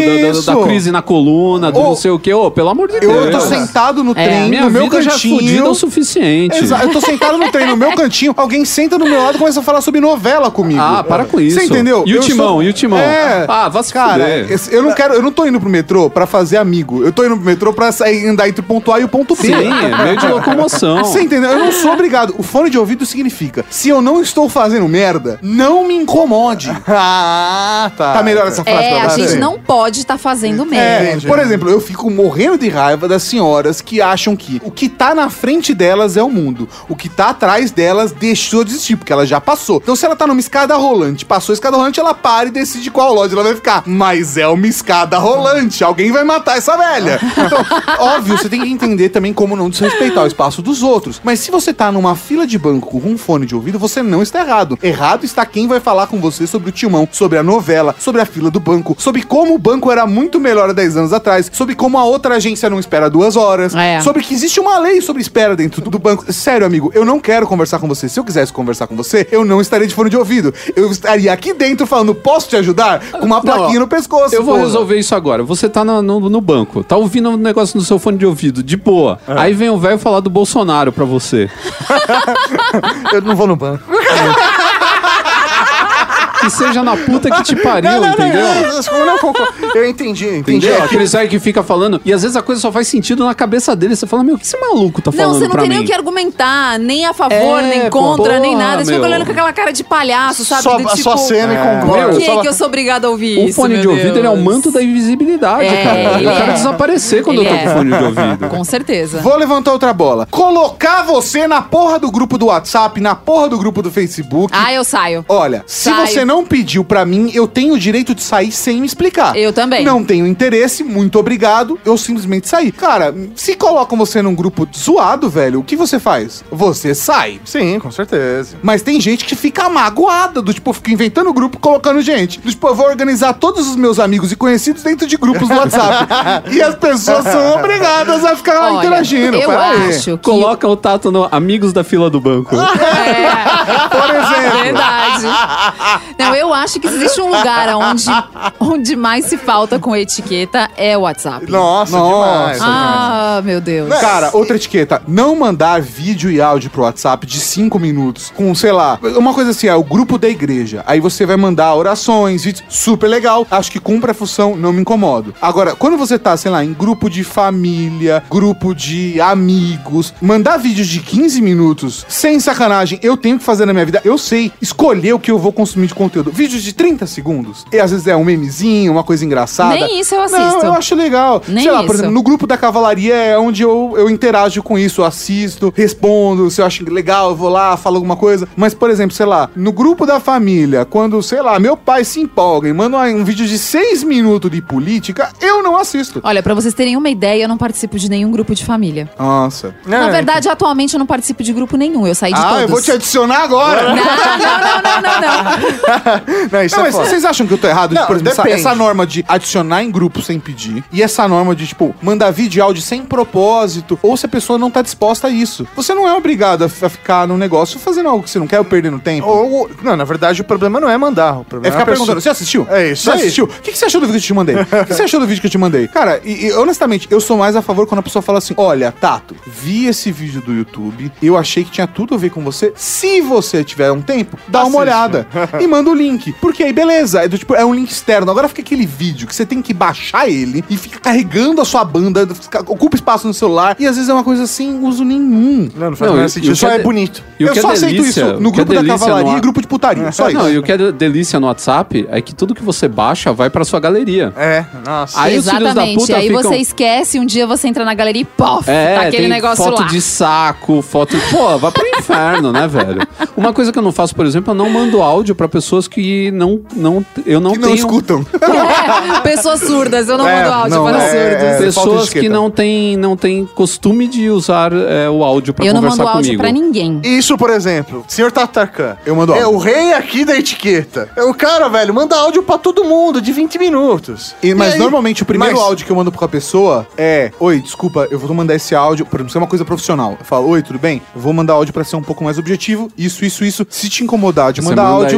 do- da, da crise na coluna, do Ô, não sei o quê. Ô, pelo amor de Eu Deus. tô sentado no É. trem, Minha no meu vida já é cantinho. fodida o suficiente. Exato, eu tô sentado no trem, no meu cantinho, alguém senta do meu lado e começa a falar sobre novela comigo. Ah, para com isso. Você entendeu? E o Eu Timão, sou- e o Timão? É. Ah, vá se Cara, fuder. esse- eu não quero, eu não tô indo pro metrô pra fazer amigo. Eu tô indo pro metrô pra sair, andar entre o ponto A e o ponto B. Sim, é meio de locomoção. Você entendeu? Eu não sou obrigado. O fone de ouvido significa, se eu não estou fazendo merda, não me incomode. Ah, tá. Tá melhor essa frase É, pra a você? gente não pode estar fazendo É, merda. por exemplo, eu fico morrendo de raiva das senhoras que acham que o que tá na frente delas é o mundo. O que tá atrás delas deixou de existir, porque ela já passou. Então, se ela tá numa escada rolante, passou a escada rolante, ela para e decide qual loja ela vai ficar. Mas é uma escada rolante. Alguém vai matar essa velha. Então, óbvio, você tem que entender também como não desrespeitar o espaço dos outros. Mas se você tá numa fila de banco com um fone de ouvido, você não está errado. Errado está quem vai falar com você sobre o Timão, sobre a novela, sobre a fila do banco, sobre como o banco era muito melhor há dez anos atrás, sobre como a outra agência não espera duas horas, É. sobre que existe uma lei sobre espera dentro do banco. Sério, amigo, eu não quero conversar com você. Se eu quisesse conversar com você, eu não estaria de fone de ouvido. Eu estaria aqui dentro falando, posso te ajudar? Com uma plaquinha no pescoço. Eu vou porra. resolver isso agora. Você tá no, no, no banco, tá ouvindo um negócio no seu fone de ouvido, de boa. Aí vem o velho falar do Bolsonaro pra você. Eu não vou no banco. Que seja na puta que te pariu, entendeu? Não, não, concordo. Eu entendi, entendi. Entendeu? É que- Aqueles velho que fica falando, e às vezes a coisa só faz sentido na cabeça dele. Você fala, meu, o que esse maluco tá Não, falando você não pra tem mim? nem o que argumentar, nem a favor, É, nem pô, contra, nem porra, nada. Você fica meu. olhando com aquela cara de palhaço, sabe? Só- De, tipo, só cena e Por concordo. que, Só- que eu sou obrigado a ouvir O isso? fone meu de ouvido, ele é o Deus? manto da invisibilidade, É, cara. ele Eu quero é. desaparecer quando Ele eu tô com é. fone de ouvido. Com certeza. Vou levantar outra bola. Colocar você na porra do grupo do WhatsApp, na porra do grupo do Facebook. Ah, eu saio. Olha, se Saio. você não pediu pra mim, eu tenho o direito de sair sem me explicar. Eu também. Não tenho interesse, muito obrigado, eu simplesmente saí. Cara, se colocam você num grupo zoado, velho, o que você faz? Você sai. Sim, com certeza. Mas tem gente que fica magoada, do tipo, fica inventando grupo, colocando gente. Do tipo, eu vou organizar todos os meus amigos e conhecidos dentro de grupos do WhatsApp. E as pessoas são obrigadas a ficar Olha, interagindo. eu Pera aí. acho que... Coloca o Tato no Amigos da Fila do Banco. É, Por exemplo. verdade. Não, eu acho que se existe um lugar onde, onde mais se falta com etiqueta é o WhatsApp. Nossa, Nossa. demais. Ah, meu Deus. Cara, outra etiqueta, não mandar vídeo e áudio pro WhatsApp de cinco minutos com, sei lá, uma coisa assim, é o grupo da igreja. Aí você vai mandar orações, vídeos, super legal. Acho que cumpre a função, não me incomodo. Agora, quando você tá, sei lá, em grupo de família, grupo de amigos, mandar vídeos de quinze minutos, sem sacanagem, eu tenho que fazer na minha vida. Eu sei escolher o que eu vou consumir de conteúdo. Vídeos de trinta segundos. E às vezes é um memezinho, uma coisa engraçada. Nem isso eu assisto. Não, eu acho legal. Nem sei lá, por isso. exemplo, no grupo da cavalaria é onde eu, eu interajo com isso, eu assisto, respondo, se eu acho legal, eu vou lá, falo alguma coisa. Mas, por exemplo, sei lá, no grupo da família, quando, sei lá, meu pai se empolga e manda um vídeo de seis minutos de política, eu não assisto. Olha, pra vocês terem uma ideia, eu não participo de nenhum grupo de família. Nossa. Na verdade, atualmente eu não participo de grupo nenhum. Eu saí de Ah, todos. eu vou te adicionar agora. Não, não, não, não, não, não. Não, isso Não, é mas foda. vocês acham que eu tô errado? Não, Por exemplo, essa, depende. essa norma de adicionar em grupo sem pedir e essa norma de, tipo, mandar vídeo e áudio sem propósito, ou se a pessoa não tá disposta a isso. Você não é obrigado a, f- a ficar no negócio fazendo algo que você não quer ou perdendo tempo. Ou, não, na verdade, o problema não é mandar. O problema É ficar a pessoa- perguntando, você assistiu? É isso Você aí. assistiu? O que, que você achou do vídeo que eu te mandei? O que, que você achou do vídeo que eu te mandei? Cara, e, e, honestamente, eu sou mais a favor quando a pessoa fala assim, olha, Tato, vi esse vídeo do YouTube, eu achei que tinha tudo a ver com você. Se você tiver um tempo, dá uma olhada e manda o link. Porque aí, beleza, é, do, tipo, é um link externo. Agora fica aquele vídeo que você tem que baixar ele e fica carregando a sua banda, fica- ocupa espaço no celular e às vezes é uma coisa sem uso nenhum. Não, não faz Não, nada e- sentido. e o Só que é é de- bonito. E o eu que é só aceito delícia- isso no o que é grupo da delícia cavalaria no- e grupo de putaria. Só isso. Não, e o que é delícia no WhatsApp é que tudo que você baixa vai pra sua galeria. É, nossa. Aí os filhos da Exatamente. puta Aí ficam- você esquece, um dia você entra na galeria e pof, É, tá aquele tem negócio foto lá. de saco, foto... Pô, vai pro inferno, né, velho? Uma coisa que eu não faço, por exemplo, eu não mando áudio pra pessoas que não... não eu não Que não tenho... escutam. É, pessoas surdas, eu não É, mando áudio não, para é, surdos. é, falta de Pessoas etiqueta. que não têm não tem costume de usar é, o áudio pra Eu não conversar mando áudio comigo. pra ninguém. Isso, por exemplo, senhor Tatarkan. Eu mando É áudio. o rei aqui da etiqueta. É o cara, velho, manda áudio pra todo mundo de vinte minutos. E- mas aí- normalmente o primeiro mas- áudio que eu mando pra pessoa é: oi, desculpa, eu vou mandar esse áudio, por exemplo, se é uma coisa profissional. Eu falo, oi, tudo bem? Eu vou mandar áudio pra ser um pouco mais objetivo. Isso, isso, isso. Se te incomodar de Você mandar manda áudio, isso, eu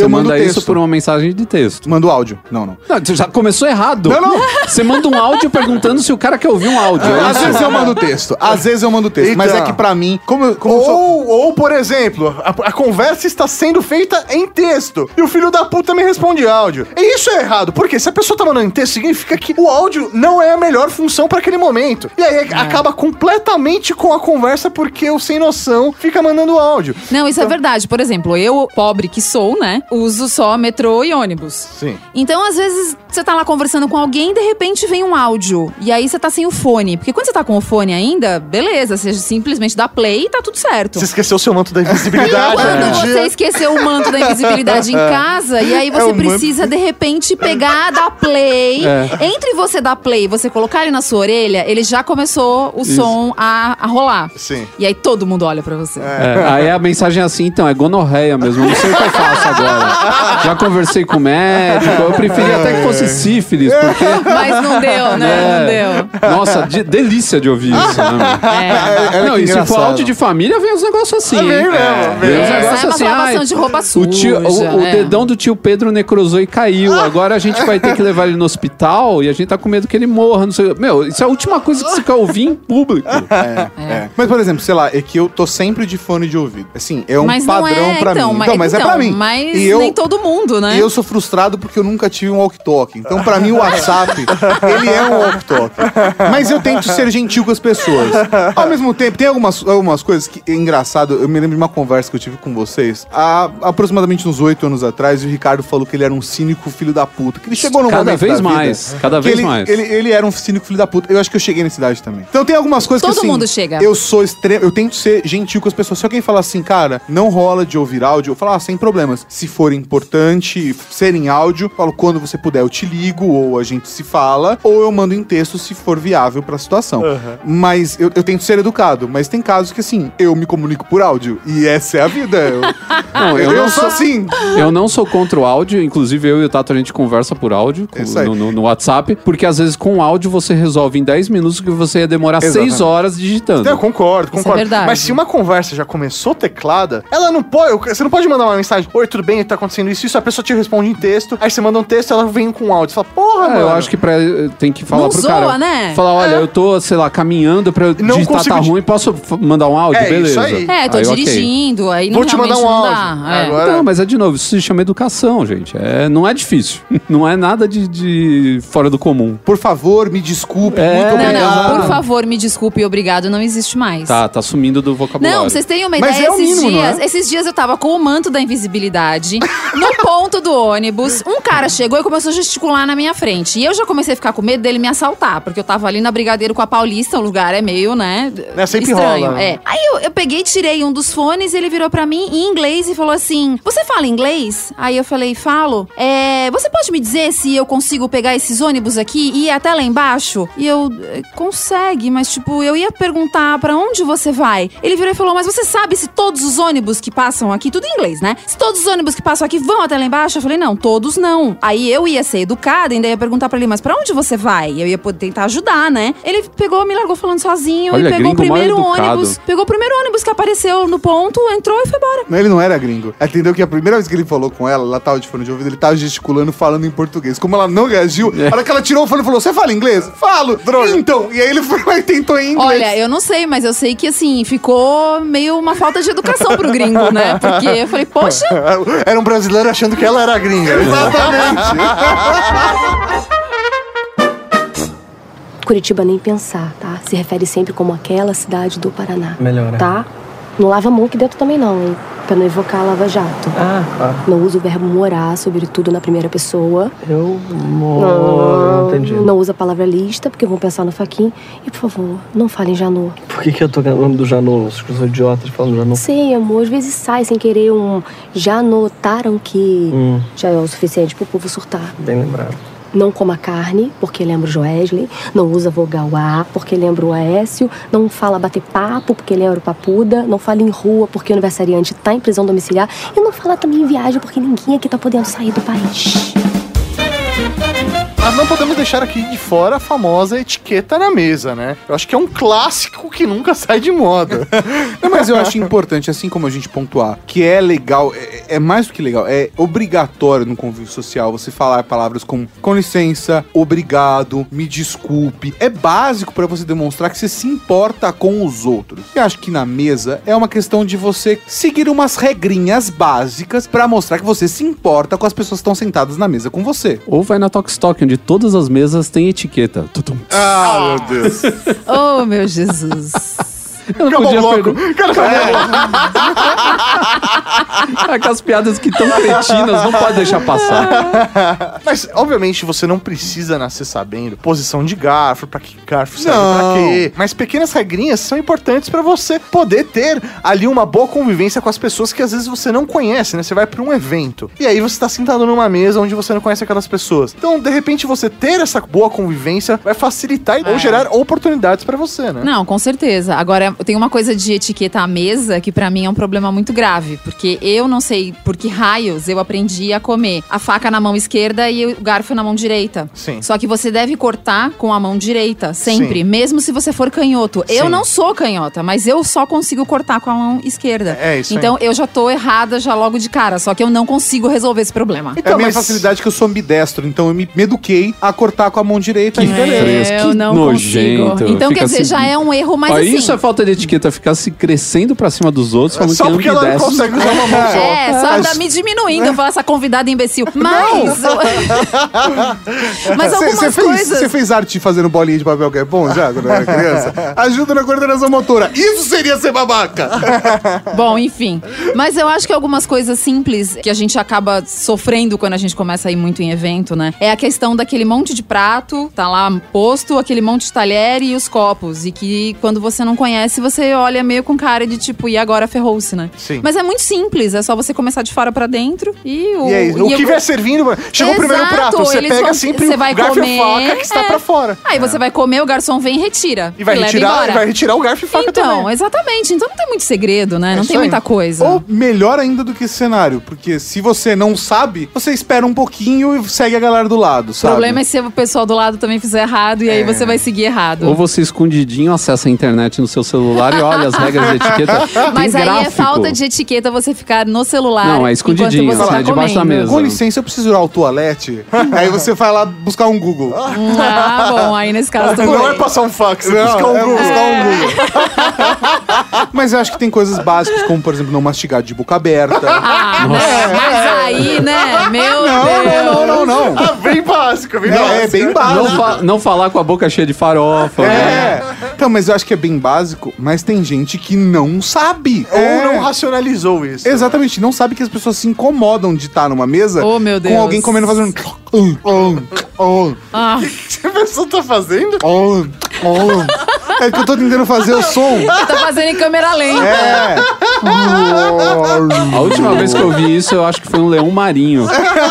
Você eu manda mando isso texto. por uma mensagem de texto. Mando áudio. Não, não. Não, você já começou errado. Não, não. Você manda um áudio perguntando se o cara quer ouvir um áudio. É Às isso? vezes eu mando texto. Às vezes eu mando texto. Então. Mas é que pra mim, como eu, como eu Ou, sou... ou, por exemplo, a, a conversa está sendo feita em texto e o filho da puta me responde áudio. E isso é errado, porque se a pessoa tá mandando em texto, significa que o áudio não é a melhor função pra aquele momento. E aí É. acaba completamente com a conversa porque o sem noção fica mandando áudio. Não, isso é verdade. Por exemplo, eu, pobre que sou, né, uso só metrô e ônibus. Sim. Então, às vezes, você tá lá conversando com alguém e de repente vem um áudio. E aí você tá sem o fone. Porque quando você tá com o fone ainda, beleza, você simplesmente dá play e tá tudo certo. Você esqueceu o seu manto da invisibilidade. Quando né? você esqueceu o manto da invisibilidade em casa, e aí você É o manto. precisa, de repente, pegar, dar play. É. Entre você dar play e você colocar ele na sua orelha, ele já começou o som a, a rolar. Sim. E aí todo mundo olha pra você. É, aí a mensagem é assim, então, é gonorreia mesmo. Eu não sei o que eu faço agora. Já conversei com o médico, eu preferia até que fosse sífilis, porque. Mas não deu, né? É. Não deu. Nossa, de- delícia de ouvir isso, né? meu? É. É, Não, que e se for engraçado. áudio de família, vem uns negócios assim. Vem hein? mesmo, É, vem. vem uns É, negócios sai uma assim. lavação ai, de roupa o, tio, o, suja, o é. dedão do tio Pedro necrosou e caiu. Agora a gente vai ter que levar ele no hospital e a gente tá com medo que ele morra. Não sei. Meu, isso é a última coisa que você quer ouvir em público. É, é. Mas, por exemplo, sei lá, é que eu tô sempre de fone de ouvido. Assim, é um Mas não padrão é, pra então, mim. mas, Então, mas é então, pra mim. Mas e eu, nem todo mundo, né? E eu sou frustrado porque eu nunca tive um walkie-talkie. Então, pra mim, o WhatsApp, ele é um walkie-talkie. Mas eu tento ser gentil com as pessoas. Ao mesmo tempo, tem algumas, algumas coisas que é engraçado. Eu me lembro de uma conversa que eu tive com vocês há aproximadamente uns oito anos atrás, e o Ricardo falou que ele era um cínico filho da puta. Que ele chegou num Cada momento vez da vida mais, cada que vez ele, mais. Ele, ele era um cínico filho da puta. Eu acho que eu cheguei nessa idade também. Então tem algumas coisas Todo que assim, mundo chega. eu sou extremo, eu tento ser gentil com as pessoas. Se alguém falar assim, cara, não rola de ouvir áudio, eu falo, ah, sem problemas. Se for importante ser em áudio, eu falo, quando você puder, eu te ligo, ou a gente se fala, ou eu mando em texto se for viável pra situação. Mas eu, eu tento ser educado, mas tem casos que assim, eu me comunico por áudio, e essa é a vida. Eu, Não, eu, eu eu não sou sou- assim. Eu não sou contra o áudio, inclusive eu e o Tato a gente conversa por áudio com- Isso aí. no, no- no WhatsApp, porque às vezes com áudio você resolve em dez minutos o que você ia demorar Exatamente. seis horas digitando. Eu concordo, Isso é concordo. verdade. Mas se uma conversa já começou teclada, ela não pode. Você não pode mandar uma mensagem: oi, tudo bem? Tá acontecendo isso, isso. A pessoa te responde em texto. Aí você manda um texto, ela vem com áudio. Você fala, porra, É, mano. eu acho que pra, tem que falar Não pro zoa, cara. né? Falar, olha, eu tô, sei lá, caminhando pra eu Não digitar consigo tá di- ruim, posso f- mandar um áudio? É, Beleza. isso aí. É, tô Aí, ok. dirigindo, aí não Vou te mandar realmente um não áudio. dá. É. Agora- Não, mas é de novo, isso se chama educação, gente. É, não é difícil. Não é nada de, de fora do comum. Por favor, me desculpe, É. muito Não, obrigado. não, por favor, me desculpe e obrigado, não existe mais. Tá, tá sumindo do vocabulário. Não, pra vocês terem uma Mas ideia, é o esses mínimo, não dias, é? esses dias eu tava com o manto da invisibilidade no ponto do ônibus. Um cara chegou e começou a gesticular na minha frente. E eu já comecei a ficar com medo dele me assaltar, porque eu tava ali na Brigadeiro com a Paulista, o lugar é meio, né, Né, sempre estranho. rola, né? É. Aí eu, eu peguei, tirei um dos fones e ele virou pra mim em inglês e falou assim: "Você fala inglês?" Aí eu falei: "Falo. É, você pode me dizer se eu consigo pegar esses ônibus aqui e ir até lá embaixo?" E eu, "É, consegue, mas tipo, eu ia perguntar pra onde você vai." Ele virou e falou: "Mas você sabe se todos os ônibus que passam aqui, tudo em inglês, né? Se todos os ônibus que passam aqui vão até lá embaixo?" Eu falei: "Não, todos não." Aí eu ia ser educada, ainda ia perguntar pra ele: "Mas pra onde você vai?" Eu ia poder tentar ajudar, né? Ele pegou, me largou falando sozinho Olha, e pegou o gringo mal primeiro educado. ônibus. Pegou o primeiro ônibus que apareceu no ponto, entrou e foi embora. Mas ele não era gringo. Ela entendeu que a primeira vez que ele falou com ela, ela tava de fone de ouvido, ele tava gesticulando, falando em português. Como ela não reagiu, É. a hora que ela tirou o fone e falou: "Você fala inglês?" "Falo." "Droga." "Então." E aí ele foi lá e tentou em inglês. Olha, eu não sei, mas eu sei que assim, ficou meio uma falta de educação pro gringo, né? Porque eu falei: "Poxa, Era um brasileiro achando que ela era gringa. Curitiba nem pensar, tá? Se refere sempre como aquela cidade do Paraná. Melhor, é. Tá? Não lava a mão aqui dentro também não, hein? Pra não evocar a Lava Jato. Ah, claro. Não usa o verbo morar, sobretudo na primeira pessoa. Eu moro, não entendi. Não usa a palavra lista, porque vão pensar no Faquin. E, por favor, não fale em Janô. Por que, que eu tô falando do Janô? Os sou idiotas falando do Janô. Sei, amor, às vezes sai sem querer um já notaram que Hum. já é o suficiente pro povo surtar. Bem lembrado. Não coma carne, porque lembra o Joesley. Não usa vogal A, porque lembra o Aécio. Não fala bater papo, porque lembra o Papuda. Não fala em rua, porque o aniversariante tá em prisão domiciliar. E não fala também em viagem, porque ninguém aqui tá podendo sair do país. Mas não podemos deixar aqui de fora a famosa etiqueta na mesa, né? Eu acho que é um clássico que nunca sai de moda. Não, mas eu acho importante, assim como a gente pontuar, que é legal, é, é mais do que legal, é obrigatório no convívio social você falar palavras como com licença, obrigado, me desculpe. É básico pra você demonstrar que você se importa com os outros. E acho que na mesa é uma questão de você seguir umas regrinhas básicas pra mostrar que você se importa com as pessoas que estão sentadas na mesa com você. Ou vai na Tokstok, onde todas as mesas têm etiqueta. Tutum. Ah, meu Deus. Oh, meu Jesus. Eu não Acabou podia o bloco. perder. Aquelas piadas que tão cretinas, não pode deixar passar. Mas, obviamente, você não precisa nascer sabendo posição de garfo, pra que garfo serve Não. pra quê. Mas pequenas regrinhas são importantes pra você poder ter ali uma boa convivência com as pessoas que às vezes você não conhece, né? Você vai pra um evento e aí você tá sentado numa mesa onde você não conhece aquelas pessoas. Então, de repente, você ter essa boa convivência vai facilitar É. ou gerar oportunidades pra você, né? Não, com certeza. Agora, tem uma coisa de etiqueta à mesa que pra mim é um problema muito grave, porque eu não sei por que raios eu aprendi a comer a faca na mão esquerda e o garfo na mão direita. Sim. Só que você deve cortar com a mão direita, sempre, Sim. mesmo se você for canhoto. Eu Sim. não sou canhota, mas eu só consigo cortar com a mão esquerda. É isso aí. Então eu já tô errada já logo de cara, só que eu não consigo resolver esse problema. É a minha facilidade que eu sou ambidestro, então eu me me eduquei a cortar com a mão direita. Que e beleza. fresco, eu que não nojento. consigo. Então Fica quer dizer, assim- já é um erro, mas Ó, assim... Isso é falta de etiqueta, ficar se crescendo pra cima dos outros, falando Só que porque ela não ambidestro. consegue usar uma mão só. É, só anda me diminuindo, eu falo essa convidada imbecil. Mas... Mas Cê- algumas cê fez, coisas... Você fez arte fazendo bolinha de papel que é bom já, quando era criança? Ajuda na coordenação motora. Isso seria ser babaca! Bom, enfim. Mas eu acho que algumas coisas simples que a gente acaba sofrendo quando a gente começa a ir muito em evento, né? É a questão daquele monte de prato, tá lá posto, aquele monte de talher e os copos. E que quando você não conhece, você olha meio com cara de tipo, e agora ferrou-se, né? Sim. Mas é muito simples, é só você começar de fora pra dentro e o... E aí, o e que vier servindo, chegou o primeiro Exato, prato, você eles pega vão- sempre você o vai garfo comer, e a faca que está é. pra fora. Aí você vai comer, o garçom vem e retira. E vai leva retirar, embora. e vai retirar o garfo e faca Então, também. exatamente. Então não tem muito segredo, né? É não isso tem aí. muita coisa. Ou melhor ainda do que esse cenário, porque se você não sabe, você espera um pouquinho e segue a galera do lado, O sabe? problema é se o pessoal do lado também fizer errado e aí você vai seguir errado. Ou você escondidinho acessa a internet no seu celular e olha as regras de etiqueta. Mas Tem aí é gráfico. falta de etiqueta você ficar no celular. Não, é escondidinho, enquanto você assim, tá é debaixo da comendo. mesa. Com licença, eu preciso ir ao toalete. Aí você vai lá buscar um Google. Ah, bom, aí nesse caso tudo Não bem. é passar um fax, é Não, buscar um é Google. buscar um Google. Mas eu acho que tem coisas básicas, como, por exemplo, não mastigar de boca aberta. Ah, né? Mas aí, né? Meu Não, Deus. não, não, não, não. Ah, bem básico, bem Não, básico. é bem Não, básico. fa- não falar com a boca cheia de farofa. né? É. Então, mas eu acho que é bem básico, mas tem gente que não sabe. Ou É. não racionalizou isso. Exatamente, não sabe que as pessoas se incomodam de estar numa mesa Oh, meu Deus. com alguém comendo fazendo. Ah, O que a pessoa tá fazendo? É que eu tô tentando fazer o som. tá fazendo em câmera lenta. É. A última vez que eu vi isso, eu acho que foi um leão marinho.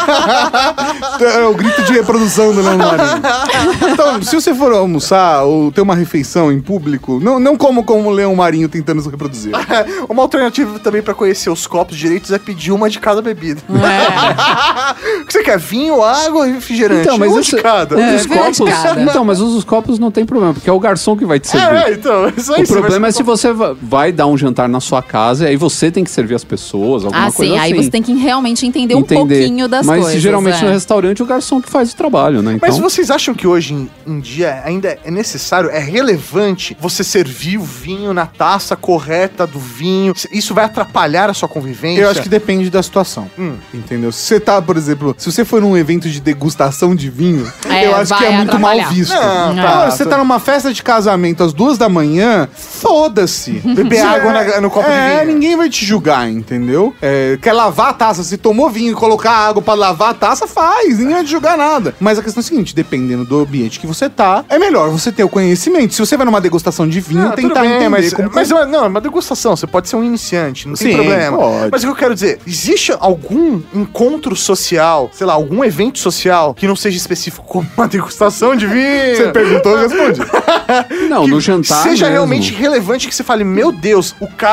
É o grito de reprodução do Leão Marinho. Então, se você for almoçar ou ter uma refeição em público, não, não como como o Leão Marinho tentando se reproduzir. Uma alternativa também pra conhecer os copos direitos é pedir uma de cada bebida. É. O que você quer? Vinho, água, refrigerante? Então, mas um isso- de cada. É, Os vira de copos. cada. Então, mas os, os copos não tem problema, porque é o garçom que vai te servir. É, é, então, isso aí. O você problema vai é se você va- vai dar um jantar na sua casa e aí você tem que servir as pessoas, alguma Ah, coisa sim. assim. Aí você tem que realmente entender, um Entender. pouquinho das Mas coisas. geralmente é. no restaurante o garçom que faz o trabalho, né? Então, Mas vocês acham que hoje em, em dia ainda é necessário, é relevante você servir o vinho na taça correta do vinho? Isso vai atrapalhar a sua convivência? Eu acho que depende da situação. Hum. Entendeu? Se você tá, por exemplo, se você for num evento de degustação de vinho, É, eu acho que é vai muito mal atrapalhar. visto. Não, tá. Agora, você tá numa festa de casamento às duas da manhã, foda-se. Beber Você- água na- no copo de é, vinho. ninguém vai te julgar, entendeu? É, quer lavar a taça, se tomou vinho e colocar água pra lavar a taça, faz, ninguém vai te julgar nada. Mas a questão é a seguinte, dependendo do ambiente que você tá, é melhor você ter o conhecimento. Se você vai numa degustação de vinho, Ah, tudo tentar bem, entender mas, como... mas é- não, é uma degustação, você pode ser um iniciante, não tem Sim, problema. pode. Mas o que eu quero dizer, existe algum encontro social, sei lá, algum evento social que não seja específico como uma degustação de vinho? Você perguntou, eu respondi. não, que no jantar seja mesmo. realmente relevante que você fale, meu Deus, o cara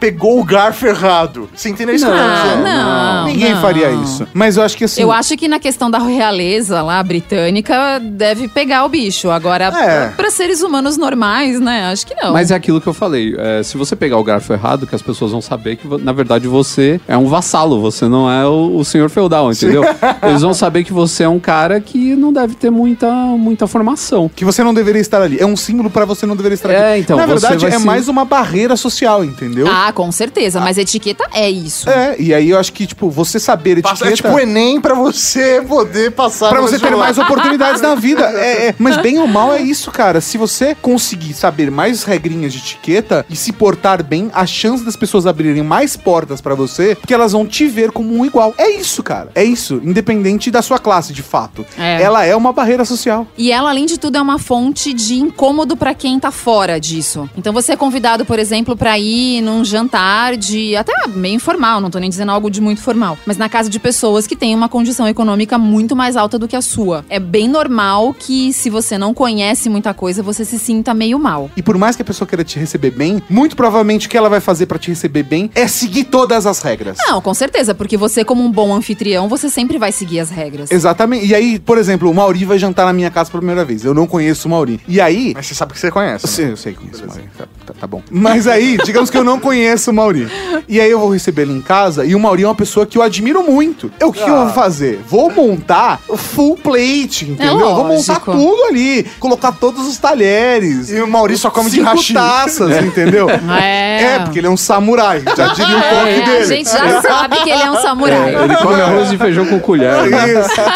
pegou o garfo errado. Você entendeu isso? Não, não. Ninguém não. faria isso. Mas eu acho que assim... Eu acho que na questão da realeza lá, britânica, deve pegar o bicho. Agora, É. pra seres humanos normais, né? Acho que não. Mas é aquilo que eu falei. É, se você pegar o garfo errado, que as pessoas vão saber que, na verdade, você é um vassalo. Você não é o, o senhor feudal, entendeu? Eles vão saber que você é um cara que não deve ter muita, muita formação. Que você não deveria estar ali. É um símbolo pra você não deveria estar É, ali. então, Na você verdade, vai é se- mais uma barreira social, entendeu? Ah, com certeza. Mas etiqueta é isso. É, e aí eu acho que, tipo, você saber etiqueta... Passa, é tipo o Enem pra você poder passar Pra no você ter vestibular. mais oportunidades na vida. É, é. Mas bem ou mal é isso, cara. Se você conseguir saber mais regrinhas de etiqueta e se portar bem, a chance das pessoas abrirem mais portas pra você, porque elas vão te ver como um igual. É isso, cara. É isso. Independente da sua classe, de fato. É. Ela é uma barreira social. E ela, além de tudo, é uma fonte de incômodo pra quem tá fora disso. Então você é convidado, por exemplo, pra ir num jantar de... até meio informal, não tô nem dizendo algo de muito formal. Mas na casa de pessoas que têm uma condição econômica muito mais alta do que a sua. É bem normal que, se você não conhece muita coisa, você se sinta meio mal. E por mais que a pessoa queira te receber bem, muito provavelmente o que ela vai fazer pra te receber bem é seguir todas as regras. Não, com certeza, porque você, como um bom anfitrião, você sempre vai seguir as regras. Exatamente. E aí, por exemplo, o Mauri vai jantar na minha casa pela primeira vez. Eu não conheço o Mauri. E aí... Mas você sabe que você conhece. Sim, eu sei que conheço o Mauri. Tá, tá, tá bom. Mas aí, digamos que eu não conheço o Mauri. E aí eu vou receber ele em casa e o Mauri é uma pessoa que eu admiro muito. Eu, o que Ah. eu vou fazer? Vou montar full plate, entendeu? É Vou montar lógico. tudo ali. Colocar todos os talheres. E o Mauri só come de cinco hashi. taças, entendeu? É. É, porque ele é um samurai. Já diria o toque É, dele. a gente já sabe que ele é um samurai. Ele come arroz e feijão com colher. né?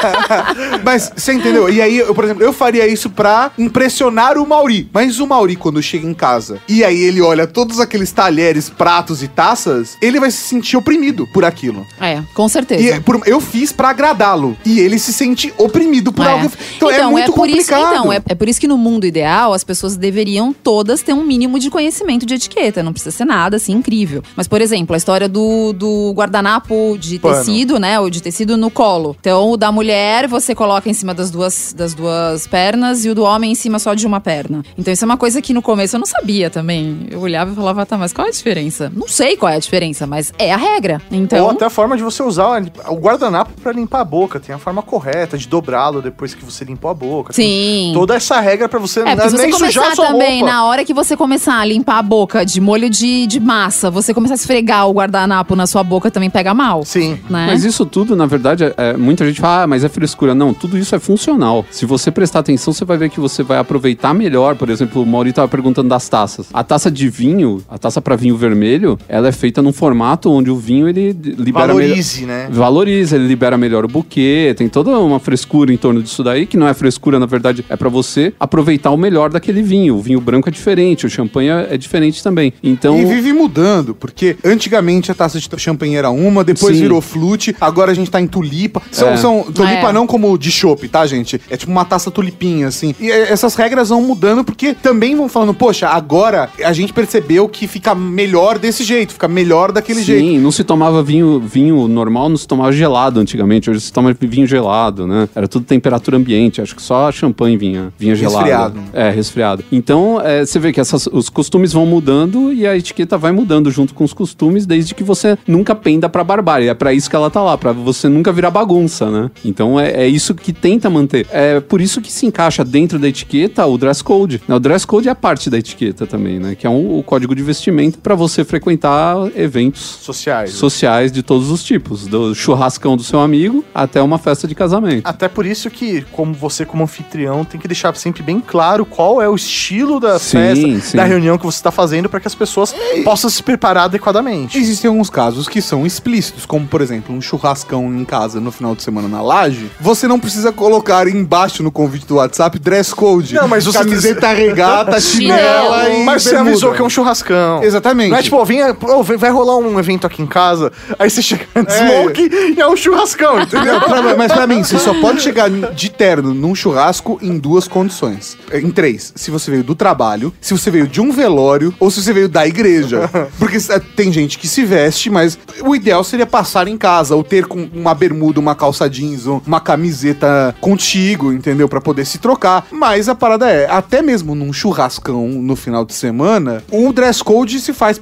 Isso. Mas você entendeu? E aí, eu, por exemplo, eu faria isso pra impressionar o Mauri. Mas o Mauri, quando chega em casa e aí ele olha todos aqueles talheres, pratos e taças, ele vai se sentir oprimido por aquilo. É, com certeza. E por- eu fiz pra agradá-lo. E ele se sente oprimido por É. algo. Então, é muito por isso, complicado. então, é, é por isso que no mundo ideal as pessoas deveriam todas ter um mínimo de conhecimento de etiqueta. Não precisa ser nada assim incrível. Mas, por exemplo, a história do, do guardanapo de Pano. tecido, né? Ou de tecido no colo. Então, o da mulher você coloca em cima das duas, das duas pernas e o do homem em cima só de uma perna. Então, isso é uma coisa que no começo eu não sabia também. Eu olhava e falava, tá, mas qual é a diferença? Não sei qual é a diferença, mas é a regra. Então, Ou até a forma de você usar o guardanapo pra limpar a boca. Tem a forma correta de dobrá-lo depois que você limpou a boca. Tem sim. toda essa regra pra você É, porque se você nem sujar começar a sua também, roupa. na hora que você começar a limpar a boca de molho de, de massa, você começar a esfregar o guardanapo na sua boca, também pega mal. Sim. Né? Mas isso tudo, na verdade, é, é- muita gente fala, ah, mas é frescura. Não, tudo isso é funcional. Se você prestar atenção, você vai ver que você vai aproveitar melhor. Por exemplo, o Mauri tava perguntando das taças. A taça de vinho, a taça pra vinho vermelho, ela é feita num formato onde o vinho, ele libera... Valorize, né? Valoriza, ele libera melhor o buquê, tem toda uma frescura em torno disso daí, que não é frescura, na verdade, é pra você aproveitar o melhor daquele vinho. O vinho branco é diferente, o champanhe é diferente também. Então... E vive mudando, porque antigamente a taça de champanhe era uma, depois Sim. virou flute, agora a gente tá em tulipa. São, É. são tulipa É. não como de chopp, tá, gente? É tipo uma taça tulipinha, assim. E é, essas regras vão mudando porque também vão falando, poxa, agora a gente percebeu que fica melhor desse jeito, fica melhor daquele Sim, jeito. não se tomava vinho, vinho normal, não se tomava gelado antigamente. Hoje se toma vinho gelado, né? Era tudo temperatura ambiente. Acho que só champanhe vinha, vinha gelado. Resfriado. É, resfriado. Então, é, você vê que essas, os costumes vão mudando e a etiqueta vai mudando junto com os costumes, desde que você nunca penda pra barbárie. É pra isso que ela tá lá, pra você nunca virar bagunça, né? Então, é, é isso que tenta manter. É por isso que se encaixa dentro da etiqueta o dress code. O dress code é parte da etiqueta também, né? Que é um, o código de vestimenta pra você frequentar eventos Sociais. sociais de todos os tipos, do churrascão do seu amigo até uma festa de casamento. Até por isso que, como você como anfitrião, tem que deixar sempre bem claro qual é o estilo da Sim, festa, sim. da reunião que você está fazendo para que as pessoas possam se preparar adequadamente. Existem alguns casos que são explícitos, como, por exemplo, um churrascão em casa no final de semana na laje. Você não precisa colocar embaixo no convite do WhatsApp dress code. Não, mas você- Camiseta regata, chinela e Mas você bermuda. avisou que é um churrascão. Exatamente. Não é tipo, ó, vem, ó, vem- vai rolar um evento aqui em casa, aí você chega de smoke e é um churrascão, entendeu? Não, pra- mas pra mim, você só pode chegar de terno num churrasco em duas condições. Em três. Se você veio do trabalho, se você veio de um velório ou se você veio da igreja. Porque é, tem gente que se veste, mas o ideal seria passar em casa ou ter com uma bermuda, uma calça jeans, ou uma camiseta contigo, entendeu? Pra poder se trocar. Mas a parada é, até mesmo num churrascão no final de semana, o dress code se faz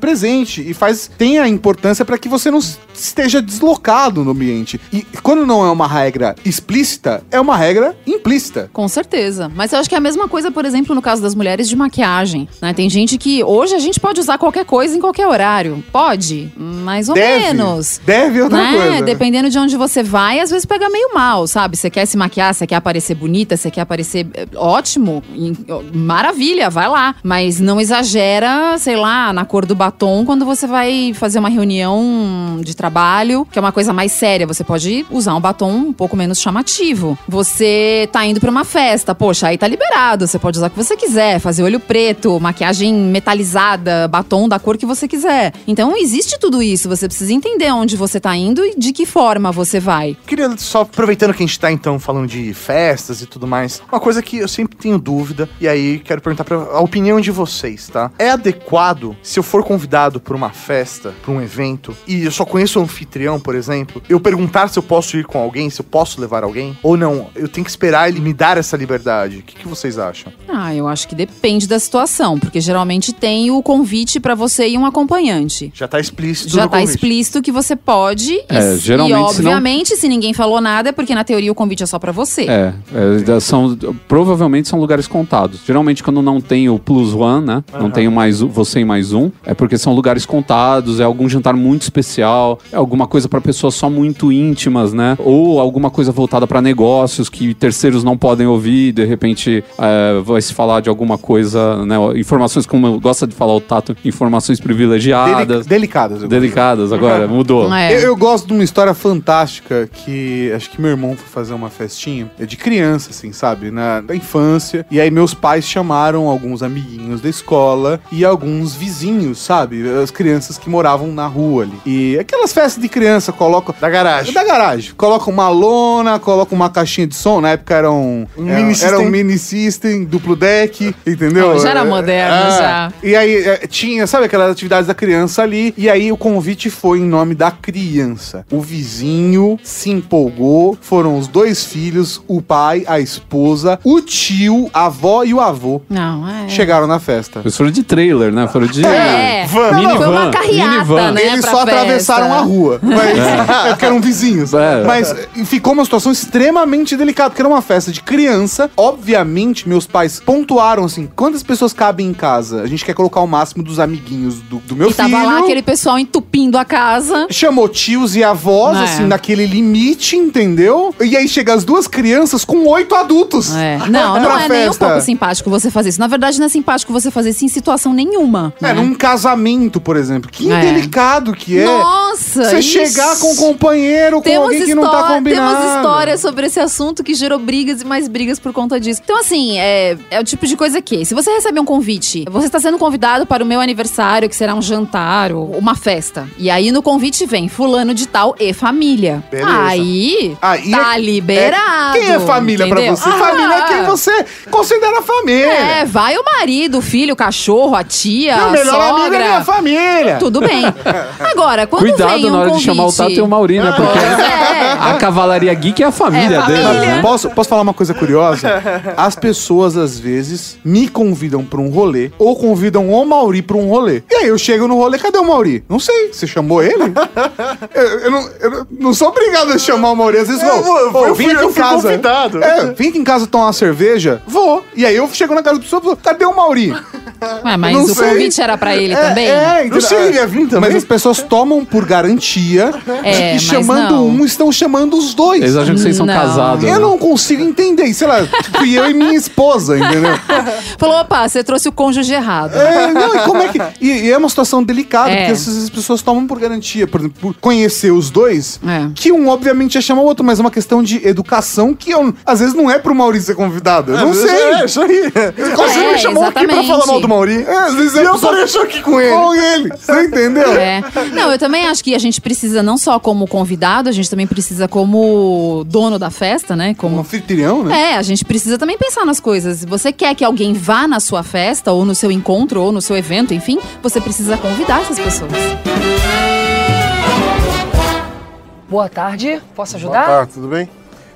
presente e faz tem a importância para que você não esteja deslocado no ambiente. E quando não é uma regra explícita, é uma regra implícita. Com certeza. Mas eu acho que é a mesma coisa, por exemplo, no caso das mulheres de maquiagem, né? Tem gente que hoje a gente pode usar qualquer coisa em qualquer horário. Pode, mais ou Deve. menos. Deve outra né? coisa. Dependendo de onde você vai, às vezes pega meio mal, sabe? Você quer se maquiar, você quer aparecer bonita, você quer aparecer ótimo, maravilha, vai lá. Mas não exagera, sei lá, na cor do batom quando você vai fazer uma reunião de trabalho, que é uma coisa mais séria. Você pode usar um batom um pouco menos chamativo. Você tá indo pra uma festa, poxa, aí tá liberado. Você pode usar o que você quiser, fazer olho preto, maquiagem metalizada, batom da cor que você quiser. Então existe tudo isso. Você precisa entender onde você tá indo e de que forma você vai. Queria só, aproveitando que a gente tá então falando de festas e tudo mais, uma coisa que eu sempre tenho dúvida, e aí quero perguntar pra a opinião de vocês, tá? É adequado, se eu for convidado pra uma festa, pra um evento, e eu só conheço o anfitrião, por exemplo, eu perguntar se eu posso ir com alguém, se eu posso levar alguém, ou não? Eu tenho que esperar ele me dar essa liberdade. O que, que vocês acham? Ah, eu acho que depende da situação, porque geralmente tem o convite pra você e um acompanhante. Já tá explícito Já no tá convite. explícito que você pode. É, e, geralmente, e obviamente, se não... se ninguém falou nada, é porque na teoria o convite é só pra você. É, é, são, provavelmente são lugares contados. Geralmente quando não tem o plus one, né? Uhum. Não tem o mais um, você e mais um, é porque são lugares contados, é algum jantar muito especial, é alguma coisa pra pessoas só muito íntimas, né? Ou alguma coisa voltada pra negócios que terceiros não podem ouvir, de repente é, vai se falar de alguma coisa, né? Informações, como gosta de falar o Tato, informações privilegiadas. Delic- delicadas. Eu Delicadas, agora, mudou. É. Eu, eu gosto de uma história fantástica que acho que meu irmão foi fazer uma festinha, é de criança, assim, sabe? Na, da infância. E aí meus pais chamaram alguns amiguinhos da escola e alguns vizinhos, sabe? As crianças que moravam na rua ali. E aquelas festas de criança colocam... Da garagem. Da garagem. Colocam uma lona, colocam uma caixinha de som. Na época era um... Um era, mini era um system. mini system, duplo deck, entendeu? Oh, já era moderno, É. já. E aí é, tinha, sabe, aquelas atividades da criança ali. E aí o convite foi em nome da criança. O vizinho se empolgou. Foram os dois filhos, o pai, a esposa, o tio, a avó e o avô. Não, é. Chegaram na festa. Eles foram de trailer, né? Foram de... É, Van. Não, Minivan. foi uma carreata, Minivan. né? Eles pra só festa. atravessaram a rua. Mas é. porque eram vizinhos. É. Mas ficou uma situação extremamente delicada, porque era uma festa de criança. Obviamente, meus pais pontuaram assim: quantas pessoas cabem em casa? A gente quer colocar o máximo dos amiguinhos do, do meu E filho. tava lá aquele pessoal entupindo a casa. Chamou tios e avós, É. assim, naquele limite, entendeu? E aí chega as duas crianças com oito adultos. É. Não, não pra é nem um festa. pouco simpático você fazer isso. Na verdade, não é simpático você fazer isso em situação nenhuma. É, né? num casamento, por exemplo. Que É. indelicado que é. Nossa! Você isso. chegar com um companheiro, com Temos alguém que não tá histó- combinado. Temos histórias sobre esse assunto que gerou brigas e mais brigas por conta disso. Então, assim, é, é o tipo de coisa que, se você recebe um convite, você está sendo convidado para o meu aniversário, que será um jantar ou uma festa. E aí no convite vem fulano de tal e família. Beleza. Aí, Aí tá é- liberado. É, quem é família entendeu? pra você? Ah, Família é quem você considera família. É, vai o marido, o filho, o cachorro, a tia, Meu a melhor sogra. amigo é minha família. Tudo bem. Agora, quando Cuidado vem um na hora convite... de chamar o Tato e o Mauri, né? Porque É. a cavalaria geek é a família É, deles, família. né? Posso, posso falar uma coisa curiosa? As pessoas, às vezes, me convidam pra um rolê ou convidam o Mauri pra um rolê. E aí eu chego no rolê, cadê o Mauri? Não sei, você chamou ele? eu, eu não, eu não- não sou obrigado a chamar o Mauri. Às vezes, Eu eu, vou- eu vou, fui- eu vim eu aqui em fui casa. convidado. É, vim aqui em casa tomar uma cerveja? Vou. E aí eu chego na casa da pessoa e falo, cadê o Mauri? Ué, mas Não o sei. convite era pra ele É, também? É, Não sei, ele ia vir também. Mas as pessoas tomam por garantia É, de que mas chamando não. um, estão chamando os dois. Eles acham que vocês são Não. casados. Eu né? não consigo entender. Sei lá, fui eu e minha esposa, entendeu? Falou, opa, você trouxe o cônjuge errado. É, não, e como é que. E, e é uma situação delicada, É. porque essas as pessoas tomam por garantia, por exemplo, por conhecer os dois, É. que um obviamente ia chamar o outro, mas é uma questão de educação que eu, às vezes não é pro Maurício ser convidado. Eu não sei. É, isso aí. Você É, me chamou aqui pra exatamente. falar mal do Mauri. É, às vezes é E eu só- apareço aqui com ele. com ele. Você entendeu? É. Não, eu também acho que a gente precisa, não só como convidado, a gente também precisa como dono da festa, né? Como Como. anfitrião, né? É, a gente precisa também pensar nas coisas. Se você quer que alguém vá na sua festa, ou no seu encontro, ou no seu evento, enfim, você precisa convidar essas pessoas. Boa tarde, posso ajudar? Boa tarde, tudo bem?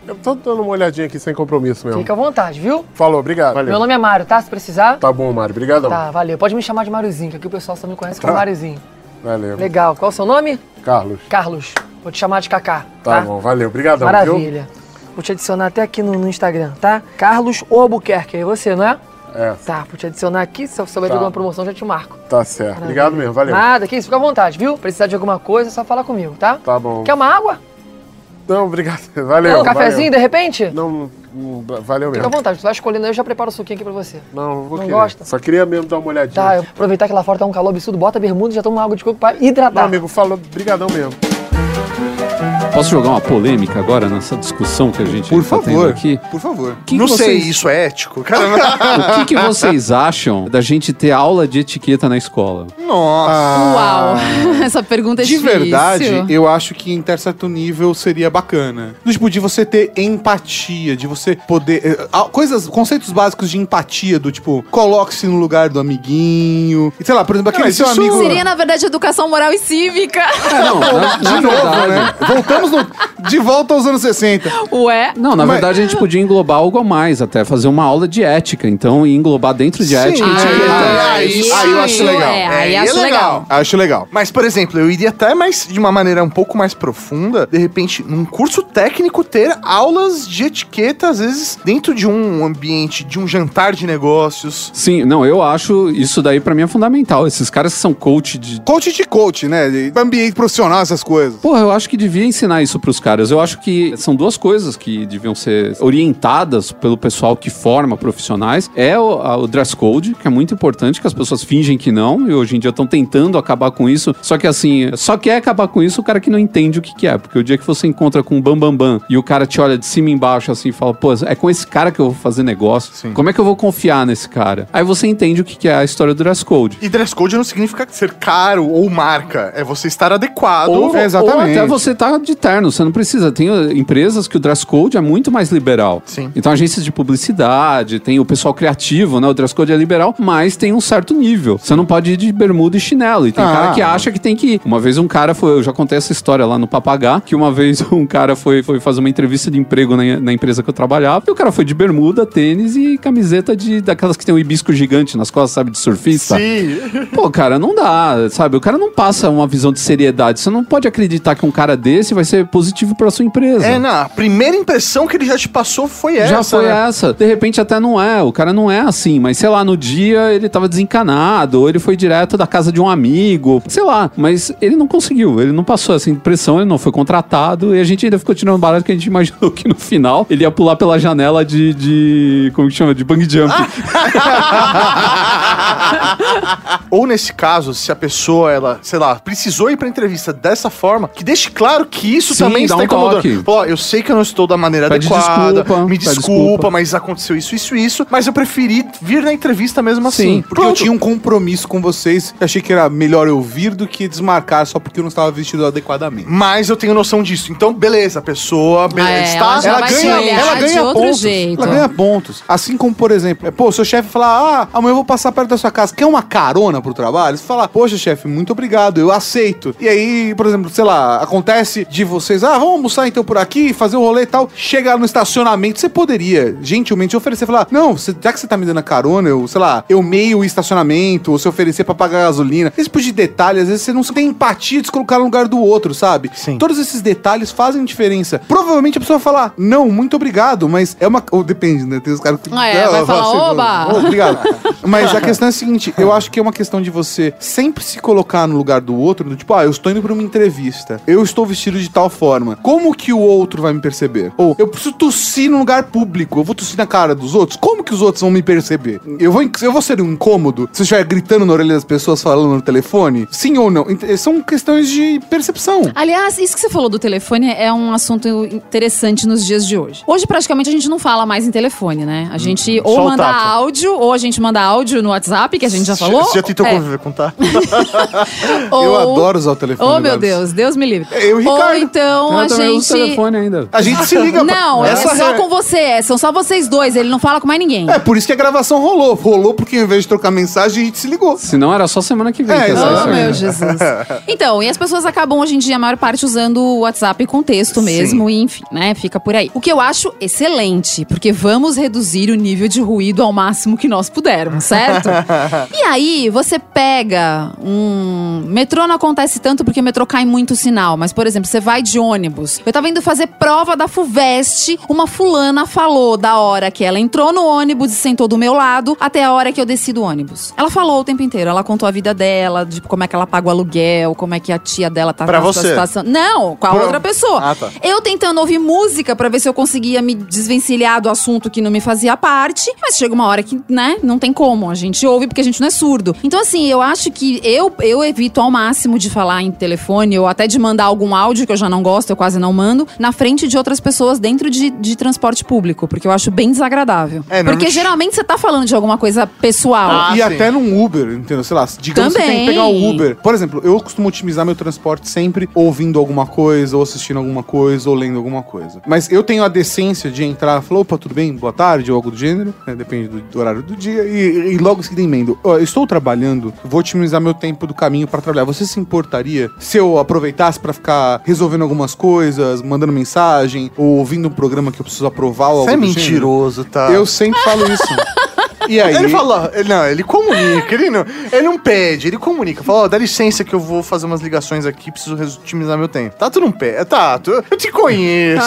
Eu tô dando uma olhadinha aqui sem compromisso mesmo. Fica à vontade, viu? Falou, obrigado. Valeu. Meu nome é Mário, tá? Se precisar. Tá bom, Mário. Obrigadão. Tá, valeu. Pode me chamar de Máriozinho, que aqui o pessoal só me conhece como Tá. Máriozinho. Valeu. Legal. Qual é o seu nome? Carlos. Carlos. Vou te chamar de Cacá. Tá, Tá, bom, valeu. Obrigadão, Maravilha. Vou te adicionar até aqui no, no Instagram, tá? Carlos Albuquerque. É você, não é? É. Tá, vou te adicionar aqui. Se eu souber de Tá. alguma promoção, já te marco. Tá certo. Maravilha. Obrigado mesmo, valeu. Nada, que isso. Fica à vontade, viu? Precisar de alguma coisa, é só falar comigo, tá? Tá bom. Quer uma água? Não, obrigado. Valeu. Um cafezinho, valeu. de repente? Não, não, valeu Fica mesmo. à vontade. Tu vai escolhendo aí, eu já preparo o suquinho aqui pra você. Não, vou Não querer. gosta? Só queria mesmo dar uma olhadinha. Tá, eu aproveitar que lá fora tá um calor absurdo, bota a bermuda e já toma uma água de coco pra hidratar. Não, amigo, falou. Brigadão mesmo. Posso jogar uma polêmica agora nessa discussão que a gente Por tá tendo favor, aqui? por favor. Que Não que sei, vocês- isso é ético? Cara, O que, que vocês acham da gente ter aula de etiqueta na escola? nossa. Uau! Essa pergunta é De difícil. verdade, eu acho que em certo nível seria bacana. Do tipo, de você ter empatia, de você poder... eh, ah, coisas, conceitos básicos de empatia, do tipo, coloque-se no lugar do amiguinho. E sei lá, por exemplo, aquele mas seu isso amigo... Seria, na verdade, educação moral e cívica. É, não, na, De na novo, verdade... né? Voltamos no- de volta aos anos sessenta. Ué? Não, na Mas- verdade a gente podia englobar algo a mais, até fazer uma aula de ética. Então, e englobar dentro de ética e etiqueta. Ah, isso, aí eu acho legal. É, aí É, acho é legal. Acho legal. Mas, por exemplo, eu iria até mais, de uma maneira um pouco mais profunda, de repente, num curso técnico, ter aulas de etiqueta, às vezes, dentro de um ambiente, de um jantar de negócios. Sim, não, eu acho isso daí pra mim é fundamental. Esses caras que são coach de... Coach de coach, né? De ambiente profissional, essas coisas. Porra, eu acho que devia ensinar isso pros caras. Eu acho que são duas coisas que deviam ser orientadas pelo pessoal que forma profissionais. É o, a- o dress code, que é muito importante, que as pessoas fingem que não, e hoje em dia estão tentando acabar com isso. Só que assim, só quer acabar com isso o cara que não entende o que, que é. Porque o dia que você encontra com um bambambam bam, bam, e o cara te olha de cima e embaixo assim e fala, pô, é com esse cara que eu vou fazer negócio. Sim. Como é que eu vou confiar nesse cara? Aí você entende o que, que é a história do dress code. E dress code não significa ser caro ou marca, é você estar adequado. Ou, É, exatamente. ou até você tá de terno, você não precisa. Tem uh, empresas que o dress code é muito mais liberal. Sim. Então, agências de publicidade, tem o pessoal criativo, né? O dress code é liberal, mas tem um certo nível. Você não pode ir de bermuda e chinelo. E tem Ah. cara que acha que tem que ir. Uma vez um cara foi, eu já contei essa história lá no Papagá, que uma vez um cara foi, foi fazer uma entrevista de emprego na, na empresa que eu trabalhava, e o cara foi de bermuda, tênis e camiseta de daquelas que tem um hibisco gigante nas costas, sabe, de surfista. Sim. Pô, cara, não dá, sabe? O cara não passa uma visão de seriedade. Você não pode acreditar que um cara desse vai ser positivo pra sua empresa. É, não, a primeira impressão que ele já te passou foi essa. Já foi né? essa. De repente até não é. O cara não é assim, mas sei lá, no dia ele tava desencanado, ou ele foi direto da casa de um amigo, sei lá. Mas ele não conseguiu, ele não passou essa impressão, ele não foi contratado, e a gente ainda ficou tirando barato que a gente imaginou que no final ele ia pular pela janela de. de como que chama? De bang jump. Ou nesse caso, se a pessoa, ela, sei lá, precisou ir pra entrevista dessa forma, que deixe claro que isso Sim, também dá está um incomodando. toque. Ó, eu sei que eu não estou da maneira Pede adequada, desculpa, me pede desculpa, desculpa. mas aconteceu isso, isso, isso, mas eu preferi vir na entrevista mesmo assim. Sim. Porque eu tinha um compromisso com vocês. Eu achei que era melhor eu vir do que desmarcar só porque eu não estava vestido adequadamente. Mas eu tenho noção disso. Então, beleza, a pessoa be- É, está... ela já Ela vai ganha, te olhar ela de ganha outro pontos. jeito. Ela ganha pontos. Assim como, por exemplo, é, pô, seu chefe falar, ah, amanhã eu vou passar perto da sua casa, quer uma carona pro trabalho? Você fala, poxa, chefe, muito obrigado, eu aceito. E aí, por exemplo, sei lá, acontece de vocês, ah, vamos almoçar então por aqui, fazer um rolê e tal. Chegar no estacionamento, você poderia gentilmente oferecer, falar, não, você- já que você tá me dando a carona, eu, sei lá, eu meio o estacionamento, ou se oferecer pra pagar a gasolina. Esse tipo de detalhe, às vezes você não tem empatia de se colocar no lugar do outro, sabe? Sim. Todos esses detalhes fazem diferença. Provavelmente a pessoa vai falar, não, muito obrigado, mas é uma... Ou depende, né? Tem os caras que... Ah, é, vai falar, assim, oba! "Oh, obrigado. Mas a questão é a seguinte, eu acho que é uma questão de você sempre se colocar no lugar do outro, do tipo, ah, eu estou indo pra uma entrevista, eu estou vestido de tal forma, como que o outro vai me perceber? Ou, eu preciso tossir num lugar público, eu vou tossir na cara dos outros, como que os outros vão me perceber? Eu vou, eu vou ser um incômodo se eu estiver gritando na orelha das pessoas falando no telefone? Sim ou não? Ent- São questões de percepção. Aliás, isso que você falou do telefone é um assunto interessante nos dias de hoje. Hoje, praticamente, a gente não fala mais em telefone, né? A gente ou só o manda tato. áudio, ou a gente manda áudio no WhatsApp, que a gente já falou. Você já tentou É. conviver com tá? Eu Ou- adoro usar o telefone. Oh, meu Gabs. Deus, Deus me livre. Eu e Ou Ricardo. então a também gente... usa o telefone ainda. A gente se liga. Não, Essa é só é- com você, é, são só vocês dois, ele não fala com mais ninguém. É, por isso que a gravação rolou. Rolou porque ao invés de trocar mensagem, a gente se ligou. Se não, era só semana que vem. É, que ia sair exato. isso Oh, aí. meu Jesus. Então, e as pessoas acabam hoje em dia, a maior parte, usando o WhatsApp com texto mesmo, e enfim, né, fica por aí. O que eu acho excelente, porque vamos reduzir o nível de ruído ao máximo que nós pudermos, certo? E aí, você pega um... Metrô não acontece tanto porque metrô cai muito o sinal, mas, por exemplo, você vai de ônibus. Eu tava indo fazer prova da FUVEST, uma fulana falou da hora que ela entrou no ônibus e sentou do meu lado até a hora que eu desci do ônibus. Ela falou o tempo inteiro, ela contou a vida dela, de como é que ela paga o aluguel, como é que a tia dela tá Pra nessa você? situação. Não, com a Pra- outra pessoa. Ah, tá. Eu tentando ouvir música pra ver se eu conseguia me desvencilhar do assunto que não me fazia parte, mas chega uma hora que, né, não tem como. A gente ouve porque a gente não é surdo. Então, assim, eu acho que eu, eu evito ao máximo de falar em telefone ou até de mandar algum áudio que eu já não gosto, eu quase não mando, na frente de outras pessoas dentro de, de transporte público, porque eu acho bem desagradável. É, porque normalmente- geralmente você tá falando de alguma coisa pessoal. Ah, e sim. até num Uber, entendeu? Sei lá, digamos que você tem que Também. pegar o Uber. Por exemplo, eu costumo otimizar meu transporte sempre ouvindo alguma coisa, ou assistindo alguma coisa, ou lendo alguma coisa. Mas eu tenho a decência de entrar e falar, opa, tudo bem? Boa tarde, ou algo do gênero, né? Depende do, do horário do dia. E, e logo em seguida emendo. Ó, eu estou trabalhando, vou otimizar meu tempo do caminho pra trabalhar. Você se importaria se eu aproveitasse pra ficar resolvendo algumas coisas, mandando mensagem, ou ouvindo um programa que eu preciso aprovar ou algo Você é do gênero? mentiroso, tá? Eu sempre falo isso. E aí? Ele fala, ele- não, ele comunica, ele não, ele não pede, ele comunica. Fala, ó, dá licença que eu vou fazer umas ligações aqui, preciso res- otimizar meu tempo. Tato não pede, Tato, eu te conheço,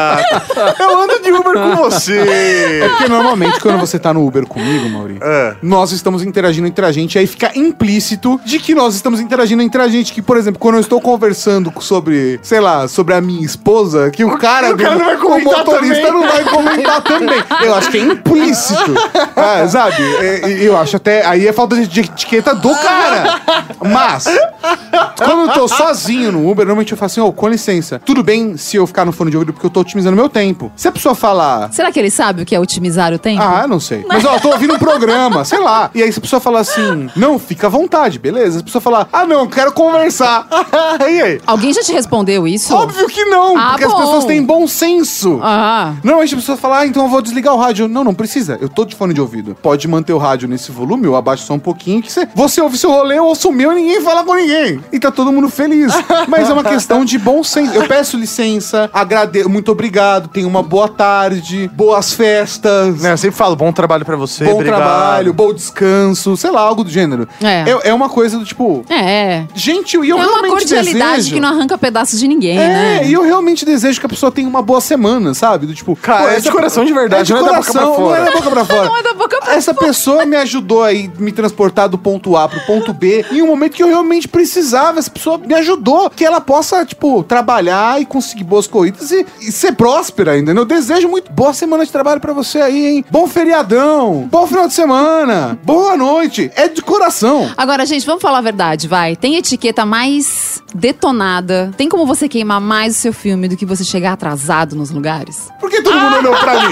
Tato. Eu ando de Uber com você. É porque normalmente quando você tá no Uber comigo, Mauri, É. nós estamos interagindo entre a gente, aí fica implícito de que nós estamos interagindo entre a gente. Que, por exemplo, quando eu estou conversando sobre, sei lá, sobre a minha esposa, que o cara, o cara não vai o comentar motorista também. não vai comentar também. Eu acho que é implícito. Ah, sabe? É, eu acho até. Aí é falta de etiqueta do cara. Mas, quando eu tô sozinho no Uber, normalmente eu falo assim, ô, com licença, tudo bem se eu ficar no fone de ouvido porque eu tô otimizando meu tempo. Se a pessoa falar. Será que ele sabe o que é otimizar o tempo? Ah, não sei. Mas, ó, tô ouvindo um programa, sei lá. E aí, se a pessoa falar assim, não, fica à vontade, beleza? Se a pessoa falar, ah, não, quero conversar. E aí? Alguém já te respondeu isso? Óbvio que não, Ah, porque bom. as pessoas têm bom senso. Ah. Normalmente a pessoa fala, ah, então eu vou desligar o rádio. Não, não precisa. Eu tô de fone de ouvido. Pode manter o rádio nesse volume, eu abaixo só um pouquinho, que você, você ouve seu rolê, eu ouço o meu e ninguém fala com ninguém. E tá todo mundo feliz. Mas é uma questão de bom senso. Eu peço licença, agradeço, muito obrigado, tenha uma boa tarde, boas festas. Né, eu sempre falo, bom trabalho pra você, Bom obrigado. trabalho, bom descanso, sei lá, algo do gênero. É. É, é uma coisa do tipo. É. Gente, e eu é uma realmente cordialidade desejo. que não arranca pedaço de ninguém, É, né? e eu realmente desejo que a pessoa tenha uma boa semana, sabe? Do tipo, Cara, é de coração de verdade, é de não é da boca coração, pra fora. Não é da boca pra fora. Não é da boca pra Essa pessoa me ajudou aí me transportar do ponto A pro ponto B em um momento que eu realmente precisava. Essa pessoa me ajudou que ela possa, tipo, trabalhar e conseguir boas corridas e, e ser próspera ainda. Eu desejo muito boa semana de trabalho pra você aí, hein? Bom feriadão, bom final de semana, boa noite. É de coração. Agora, gente, vamos falar a verdade, vai. Tem etiqueta mais detonada? Tem como você queimar mais o seu filme do que você chegar atrasado nos lugares? Por que todo mundo olhou pra mim?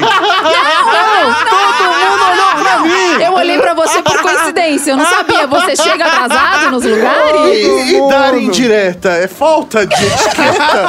Todo mundo olhou pra mim! Eu olhei pra você por coincidência, eu não sabia. Você chega atrasado nos lugares? E, e dar indireta é falta de etiqueta.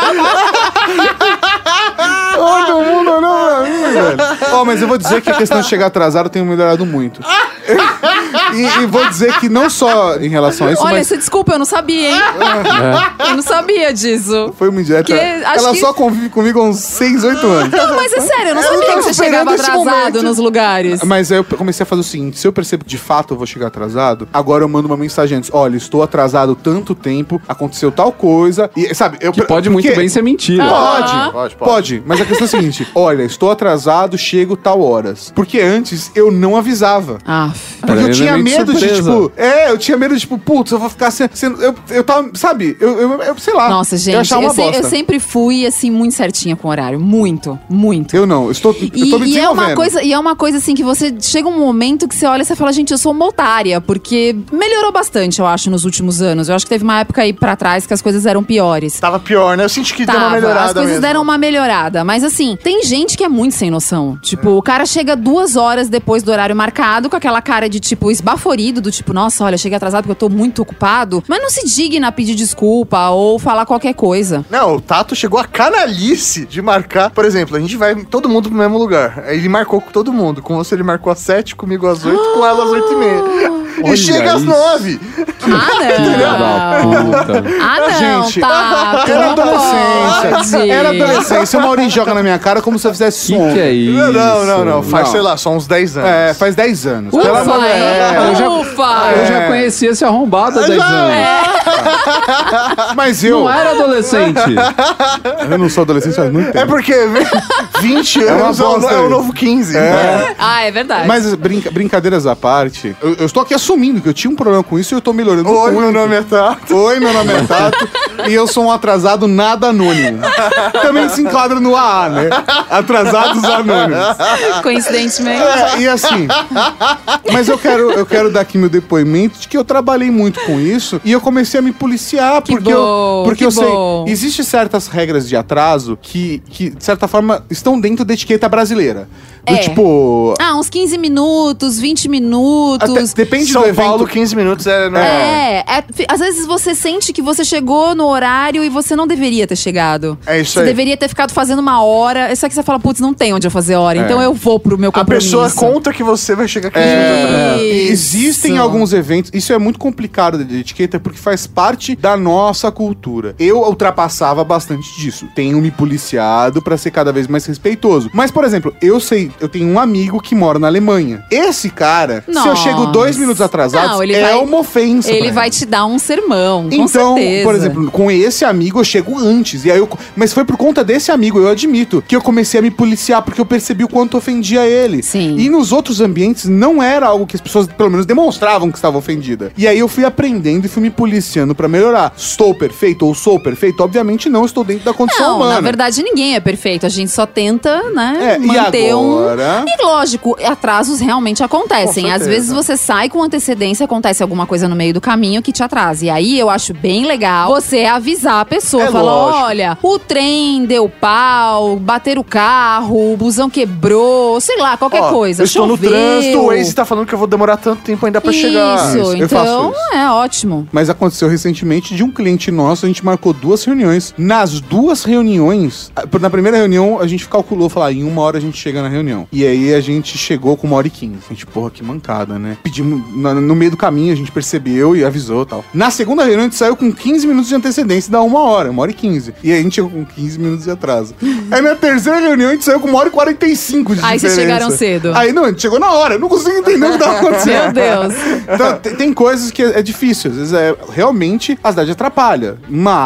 Todo mundo olhou pra mim, velho. Ó, mas eu vou dizer que a questão de chegar atrasado tem melhorado muito. e, e vou dizer que não só em relação a isso, Olha, mas você desculpa, eu não sabia, hein? Eu não sabia disso. foi uma indireta. Porque acho Ela que- só convive comigo há uns seis, oito anos. Não, mas é sério, eu não sabia tava que você esperando chegava esse atrasado momento. nos lugares. Mas aí eu comecei a fazer o seguinte: se eu percebo que de fato eu vou chegar atrasado, agora eu mando uma mensagem antes. Olha, estou atrasado tanto tempo, aconteceu tal coisa. E sabe, eu Que pode muito porque- bem ser mentira. Pode, Aham. Pode, pode. pode. Mas a questão é a seguinte: olha, estou atrasado, chego tal horas. Porque antes eu não avisava. Ah, Porque eu Era tinha elemento medo de, surpresa. tipo. É, eu tinha medo de, tipo, putz, eu vou ficar sendo. sendo- eu, eu tava. Sabe? Eu, eu, eu sei lá. nossa, gente, eu eu, achava uma se- eu bosta. sempre fui, assim, muito certinha com o horário. Muito, muito. Eu não, eu estou, eu E, tô me e é uma desenvolvendo. coisa, e é uma coisa assim que você chega um momento que você olha e você fala, gente, eu sou uma otária, porque melhorou bastante, eu acho, nos últimos anos. Eu acho que teve uma época aí pra trás que as coisas eram piores. Tava pior, né? Eu senti que deu uma Tava, melhorada as coisas mesmo. deram uma melhorada. Mas assim, tem gente que é muito sem noção. Tipo, o cara chega duas horas depois do horário marcado, com aquela cara de tipo, esbaforido do tipo, nossa, olha, cheguei atrasado porque eu tô muito ocupado, mas não se digna a pedir desculpa ou falar qualquer coisa. Não, o Tato chegou a canalice de marcar. Por exemplo, a gente vai todo mundo pro mesmo lugar. Aí ele marcou com todo mundo. Com você ele marcou às sete, comigo às oito, com ela às oito e meia. E Olha chega às isso. nove. Ah, não. Puta. Ah, não, Gente, Tato, era não adolescência. pode. Era adolescência. O Maurinho joga na minha cara como se eu fizesse Que som. que é isso? Não, não, não. Faz, Não. sei lá, só uns dez anos. É, faz dez anos. Ufa, Pelo amor- hein? é, eu já- Ufa! Eu já conheci esse arrombado há dez anos. Mas eu. Não era adolescente. Eu não sou adolescente faz muito tempo. É porque vinte uma anos é, o, bosta é o isso. novo quinze. É. Ah, é verdade. Mas brinca- brincadeiras à parte, eu, eu estou aqui assumindo que eu tinha um problema com isso e eu tô melhorando. Oi, muito. meu nome é Tato. Oi, meu nome é Tato. E eu sou um atrasado nada anônimo. Também se enquadra no A A, né? Atrasados anônimos. Coincidentemente. É, e assim, mas eu quero, eu quero dar aqui meu depoimento de que eu trabalhei muito com isso e eu comecei a me policiar Que porque bom, eu, porque que eu sei, bom. existem certas regras de atraso que, que, de certa forma, estão dentro da etiqueta brasileira. Do É. tipo... Ah, uns quinze minutos, vinte minutos. Até- depende São do evento. Paulo, quinze minutos é... Não é. É, é, fi- às vezes você sente que você chegou no horário e você não deveria ter chegado. É isso Você aí. deveria ter ficado fazendo uma hora. Só que você fala, putz, não tem onde eu fazer hora, então eu vou pro meu A compromisso. pessoa conta que você vai chegar quinze É, minutos atrás. Isso. Existem alguns eventos, isso é muito complicado de etiqueta porque faz parte da nossa cultura. Eu ultrapassava bastante disso. Tenho me policiado pra ser cada vez mais respeitoso. Mas, por exemplo, eu sei, eu tenho um amigo que mora na Alemanha. Esse cara, se eu Nossa. chego dois minutos atrasados, Não, ele é vai- uma ofensa. Ele pra vai ele. te dar um sermão, com Então, certeza. por exemplo, com esse amigo eu chego antes. E aí eu, mas foi por conta desse amigo, eu admito, que eu comecei a me policiar porque eu percebi o quanto ofendia ele. Sim. E nos outros ambientes não era algo que as pessoas, pelo menos, demonstravam que estavam ofendidas. E aí eu fui aprendendo e fui me policiando pra melhorar. Estou perfeito ou sou perfeito? Obviamente não, estou dentro da condição Não, humana. na verdade ninguém é perfeito. A gente só tenta, né, É, e manter agora? um... E lógico, atrasos realmente acontecem. Com Às certeza. vezes você sai com antecedência, acontece alguma coisa no meio do caminho que te atrasa. E aí eu acho bem legal você avisar a pessoa. É Falar, lógico. olha, o trem deu pau, bateram o carro, o busão quebrou, sei lá, qualquer Ó, coisa. Eu estou no Choveu. trânsito, o Waze tá falando que eu vou demorar tanto tempo ainda pra chegar. Isso, Isso, eu faço então isso. é ótimo. Mas aconteceu recentemente de um cliente nosso, a gente marcou duas reuniões. Nas duas reuniões, a- na primeira reunião, a gente calculou, falar, em uma hora a gente chega na reunião. E aí a gente chegou com uma hora e quinze. A gente, porra, que mancada, né? Pedimos, na- no meio do caminho a gente percebeu e avisou e tal. Na segunda reunião a gente saiu com quinze minutos de antecedência, dá uma hora, uma hora e quinze. E aí a gente chegou com quinze minutos de atraso. Aí na terceira reunião a gente saiu com uma hora e quarenta e cinco de Aí vocês diferença. chegaram cedo. Aí não, a gente chegou na hora, eu não consigo entender o que tava acontecendo. Meu Deus. Então, tem, tem coisas que é, é difícil. Às vezes, é, realmente, a cidade atrapalha.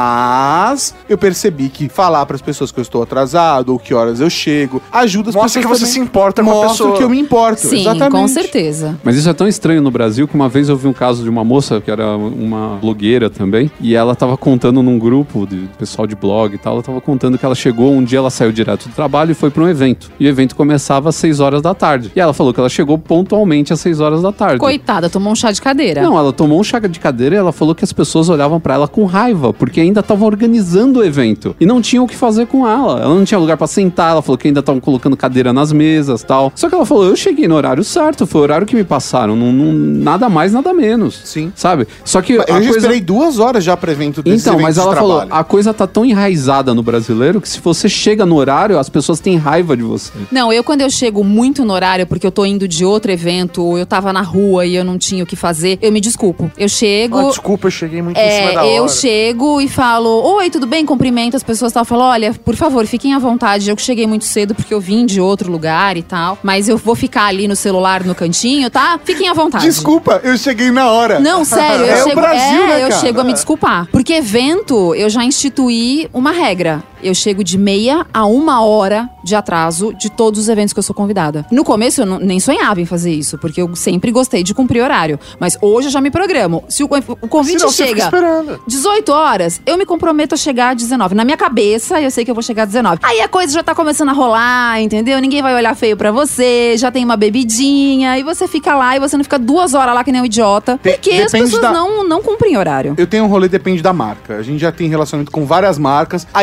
Mas eu percebi que falar pras pessoas que eu estou atrasado ou que horas eu chego ajuda as Mostra pessoas que você também. se importa com a Mostra pessoa. que eu me importo. Sim, Exatamente. com certeza. Mas isso é tão estranho no Brasil que uma vez eu vi um caso de uma moça que era uma blogueira também, e ela tava contando num grupo de pessoal de blog e tal, ela tava contando que ela chegou, um dia ela saiu direto do trabalho e foi pra um evento. E o evento começava às seis horas da tarde. E ela falou que ela chegou pontualmente às seis horas da tarde. Coitada, tomou um chá de cadeira. Não, ela tomou um chá de cadeira e ela falou que as pessoas olhavam pra ela com raiva, porque ainda estavam organizando o evento e não tinham o que fazer com ela. Ela não tinha lugar pra sentar, ela falou que ainda estavam colocando cadeira nas mesas, tal. Só que ela falou: "Eu cheguei no horário certo, foi o horário que me passaram, não, não- nada mais, nada menos". Sim. Sabe? Só que Eu a já coisa... esperei duas horas já pra evento desse Então, mas ela falou, a coisa tá tão enraizada no brasileiro que se você chega no horário, as pessoas têm raiva de você. Não, eu quando eu chego muito no horário, porque eu tô indo de outro evento, ou eu tava na rua e eu não tinha o que fazer, eu me desculpo. Eu chego... Ah, desculpa, eu cheguei muito em cima da É, hora. eu chego e falo, oi, tudo bem? Cumprimento as pessoas e tal. Falo, olha, por favor, fiquem à vontade. Eu que cheguei muito cedo porque eu vim de outro lugar e tal. Mas eu vou ficar ali no celular, no cantinho, tá? Fiquem à vontade. Desculpa, eu cheguei na hora. Não, sério, eu É o chego, Brasil, é, né, eu cara? chego a me desculpar. Porque evento, eu já instituí uma regra. Eu chego de meia a uma hora de atraso de todos os eventos que eu sou convidada. No começo eu não- nem sonhava em fazer isso, porque eu sempre gostei de cumprir horário. Mas hoje eu já me programo. Se o, o convite Senão você fica chega esperando. dezoito horas, eu me comprometo a chegar às dezenove. Na minha cabeça, eu sei que eu vou chegar às dezenove. Aí a coisa já tá começando a rolar, entendeu? Ninguém vai olhar feio pra você, já tem uma bebidinha, e você fica lá e você não fica duas horas lá que nem um idiota. De- Porque as depende pessoas da- não, não cumprem horário. Eu tenho um rolê, depende da marca. A gente já tem relacionamento com várias marcas. Aí eu sei,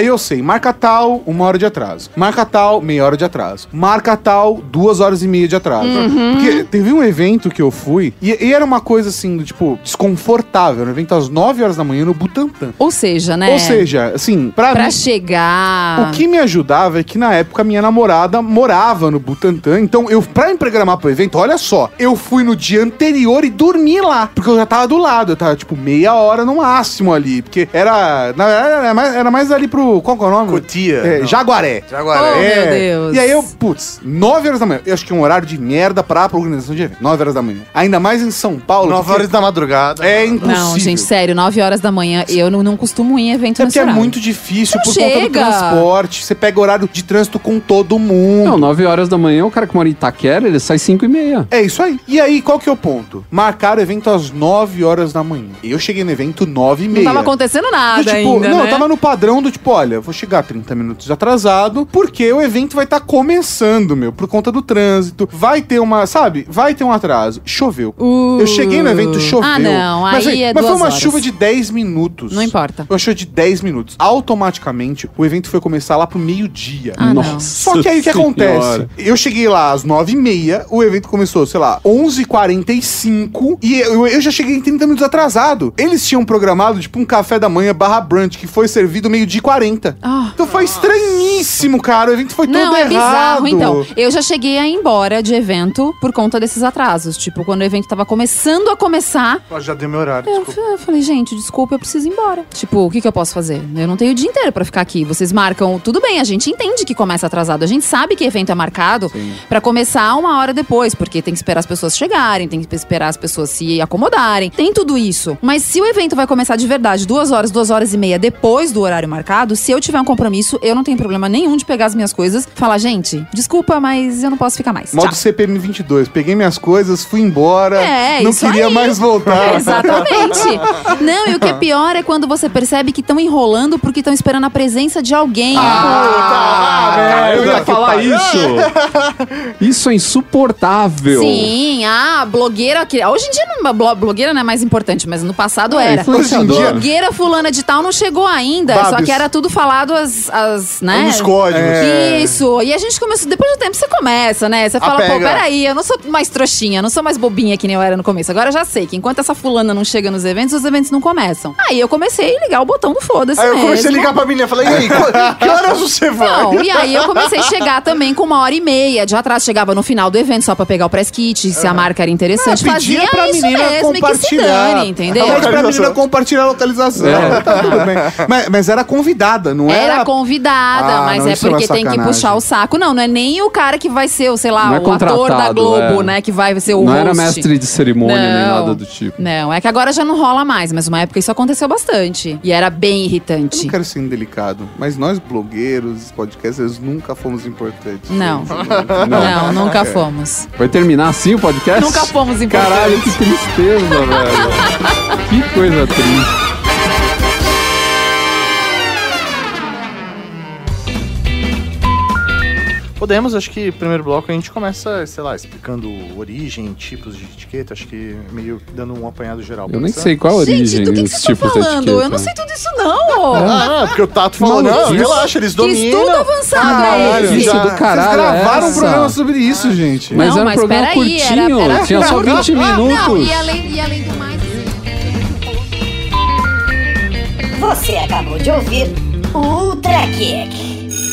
marca tal, uma hora de atraso. Marca tal, meia hora de atraso. Marca tal, duas horas e meia de atraso. Uhum. Porque teve um evento que eu fui e, e era uma coisa assim, do, tipo, desconfortável. Era um evento às nove horas da manhã no Butantã. Ou seja, né? Ou seja, assim, pra, pra mim, chegar... o que me ajudava é que na época minha namorada morava no Butantã. Então, eu, pra me programar pro evento, olha só, eu fui no dia anterior e dormi lá. Porque eu já tava do lado. Eu tava, tipo, meia hora no máximo ali. Porque era... Na verdade, era mais, era mais ali pro... Qual que é o nome? Cotia. É, Jaguaré. Jaguaré. Oh, É. meu Deus. E aí eu, putz, nove horas da manhã. Eu acho que é um horário de merda pra organização de evento. nove horas da manhã. Ainda mais em São Paulo. nove porque horas da madrugada. É impossível. Não, gente, sério, nove horas da manhã, eu não, não costumo ir em evento É nesse porque é horário. muito difícil Não por conta do chega. transporte. Você pega horário de trânsito com todo mundo. Não, nove horas da manhã, o cara que mora em Itaquera, ele sai cinco e meia. É isso aí. E aí, qual que é o ponto? Marcaram o evento às nove horas da manhã. Eu cheguei no evento nove e meia. Não tava acontecendo nada Do tipo, ainda, não, né? eu tava no padrão do tipo, olha, vou chegar trinta minutos atrasado, porque o evento vai estar começando, meu, por conta do trânsito. Vai ter uma, sabe? Vai ter um atraso. Choveu. Uh. Eu cheguei no evento, choveu. Ah, não, Mas, aí é mas foi duas uma horas. chuva de dez minutos. Não importa. Uma chuva de dez minutos. Automaticamente, o evento foi começar lá pro meio-dia. Ah, não. Nossa Só que aí o que Senhora. acontece? Eu cheguei lá às nove e meia, o evento começou, sei lá, onze e quarenta e cinco e eu, eu já cheguei em trinta minutos atrasado. Eles tinham programado, tipo, um café da manhã barra brunch, que foi servido meio-dia e quarenta. Ah. Então foi estranhíssimo, cara. O evento foi todo Não, é errado. bizarro, então. Eu já cheguei a ir embora de evento por conta desses atrasos. Tipo, quando o evento tava começando a começar, Ó, já deu meu horário, eu, desculpa. eu falei, gente, desculpa, eu preciso ir embora. Tipo, o que que eu posso fazer? Eu não tenho o dia inteiro pra ficar aqui. Vocês marcam, tudo bem, a gente entende que começa atrasado. A gente sabe que evento é marcado pra começar uma hora depois, porque tem que esperar as pessoas chegarem, tem que esperar as pessoas se acomodarem. Tem tudo isso. Mas se o evento vai começar de verdade duas horas, duas horas e meia depois do horário marcado, se eu tiver um compromisso, eu não tenho problema nenhum de pegar as minhas coisas, falar, gente, desculpa, mas eu não posso ficar mais. Modo Tchau. C P M vinte e dois. Peguei minhas coisas, fui embora. É, não isso queria aí. mais voltar. Exatamente. Não, e o que é pior é quando você percebe que estão enrolando porque estão esperando a presença de alguém. Ah, merda, eu ia que falar pariu. isso. Isso é insuportável. Sim, a blogueira que hoje em dia não, blo- blogueira não é mais importante, mas no passado É, era. influenciadora. Blogueira fulana de tal não chegou ainda, Babs. só que era tudo falado as, as né? Os códigos. É. Isso. E a gente começou, depois do tempo você começa, né? Você fala, pô, Apega. peraí, eu não sou mais trouxinha, não sou mais bobinha que nem eu era no começo. Agora eu já sei que enquanto essa fulana não chega nos eventos, os eventos não começam. Aí eu comecei a ligar o botão do foda-se Aí eu mesmo. comecei a ligar pra menina, falei, e aí, qu- que horas você vai? Não, e aí eu comecei a chegar também com uma hora e meia de atraso. Chegava no final do evento só pra pegar o press kit, se a marca era interessante. Ah, pedia Fazia pra isso menina mesmo e que se compartilhar. dane, entendeu? Pede pra menina compartilhar a localização. É. Tá tudo bem. Mas, mas era convidada, não era? Era convidada, Ah, mas não, é isso é uma porque tem que sacanagem. puxar o saco. Não, não é nem o cara que vai ser, o, sei lá, Não é o ator da contratado, Globo, é. né? Que vai ser o Não host. era mestre de cerimônia nem Não. nada do tipo. Não, é que agora já não rola mais, mas uma época isso aconteceu bastante. E era bem Eu irritante. não quero ser indelicado, mas nós blogueiros, podcasters, nunca fomos importantes. Não. Não. Não, nunca fomos. Vai terminar assim o podcast? Nunca fomos importantes. Caralho, que tristeza, velho. Que coisa triste. Podemos, acho que primeiro bloco a gente começa, sei lá, explicando origem, tipos de etiqueta, acho que meio dando um apanhado geral. Eu nem Pode ser? sei qual a origem Gente, do que, que dos vocês estão tipos de falando? etiqueta. Eu não sei tudo isso, não. Ah, não, porque o Tato falou, Não, não, isso- relaxa, eles Que dominam. estudo avançado Caralho, é esse? Isso do caralho. Vocês gravaram é um programa essa? sobre isso, gente. Mas Não, era um mas programa peraí, era- curtinho, era- tinha só vinte minutos. Não, e além, e além do mais... Você acabou de ouvir Ultra Kick.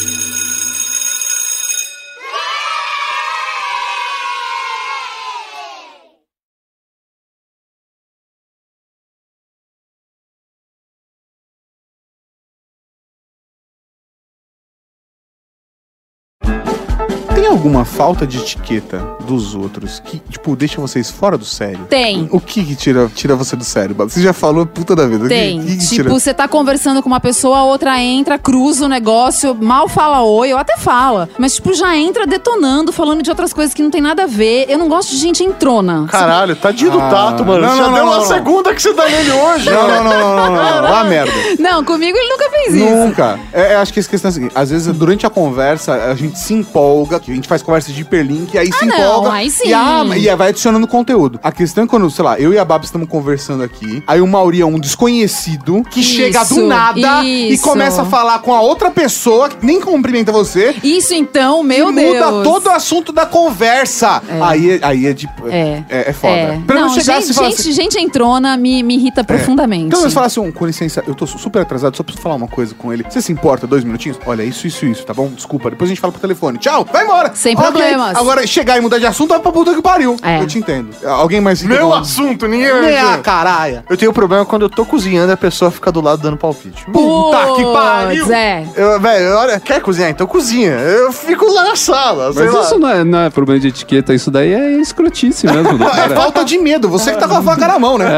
Tem alguma falta de etiqueta dos outros que, tipo, deixa vocês fora do sério? Tem. O que que tira, tira você do sério, Babi? Você já falou puta da vida. O que- Tem. que que Tipo, tira? você tá conversando com uma pessoa, a outra entra, cruza o negócio, mal fala oi, ou até fala. Mas, tipo, já entra detonando, falando de outras coisas que não tem nada a ver. Eu não gosto de gente entrona. Caralho, tadinho do Ah, Tato, mano. não, Já não, deu não, uma não. segunda que você dá nele hoje. Não, não, não, não, não, não, não. Vá merda. Não, comigo ele nunca fez isso. Nunca. É, é, acho que essa questão é a seguinte: às vezes, durante a conversa, a gente se empolga, que gente faz conversa de hiperlink, e aí Ah, se não, empolga. aí sim. E, a, e aí vai adicionando conteúdo. A questão é quando, sei lá, eu e a Babs estamos conversando aqui, aí o Mauri é um desconhecido que Isso, chega do nada e isso. começa a falar com a outra pessoa que nem cumprimenta você. Isso então, meu e Deus. muda todo o assunto da conversa. É. Aí, aí é tipo. É. É, é foda. É. Pra Não, não chegar gente, e falar gente, assim, gente entrona me, me irrita profundamente. então, eles falassem, um, com licença, eu tô super atrasado, só preciso falar uma coisa com ele. Você se importa, dois minutinhos? Olha, isso, isso, isso, tá bom? Desculpa, depois a gente fala pro telefone. Tchau, vai embora. Sem Ok. problemas. Agora, chegar e mudar de assunto, vai pra puta que pariu. É. Eu te entendo. Alguém mais... Meu Então, assunto, ninguém vai Nem a ver. caralho. Eu tenho problema quando eu tô cozinhando e a pessoa fica do lado dando palpite. Puta que pariu. Putz, é. Eu, velho, olha, quer cozinhar? Então cozinha. Eu fico lá na sala, sei Mas lá. isso não é, não é problema de etiqueta, isso daí é escrotice mesmo. do É cara. falta de medo. Você que tá com a faca na mão, né?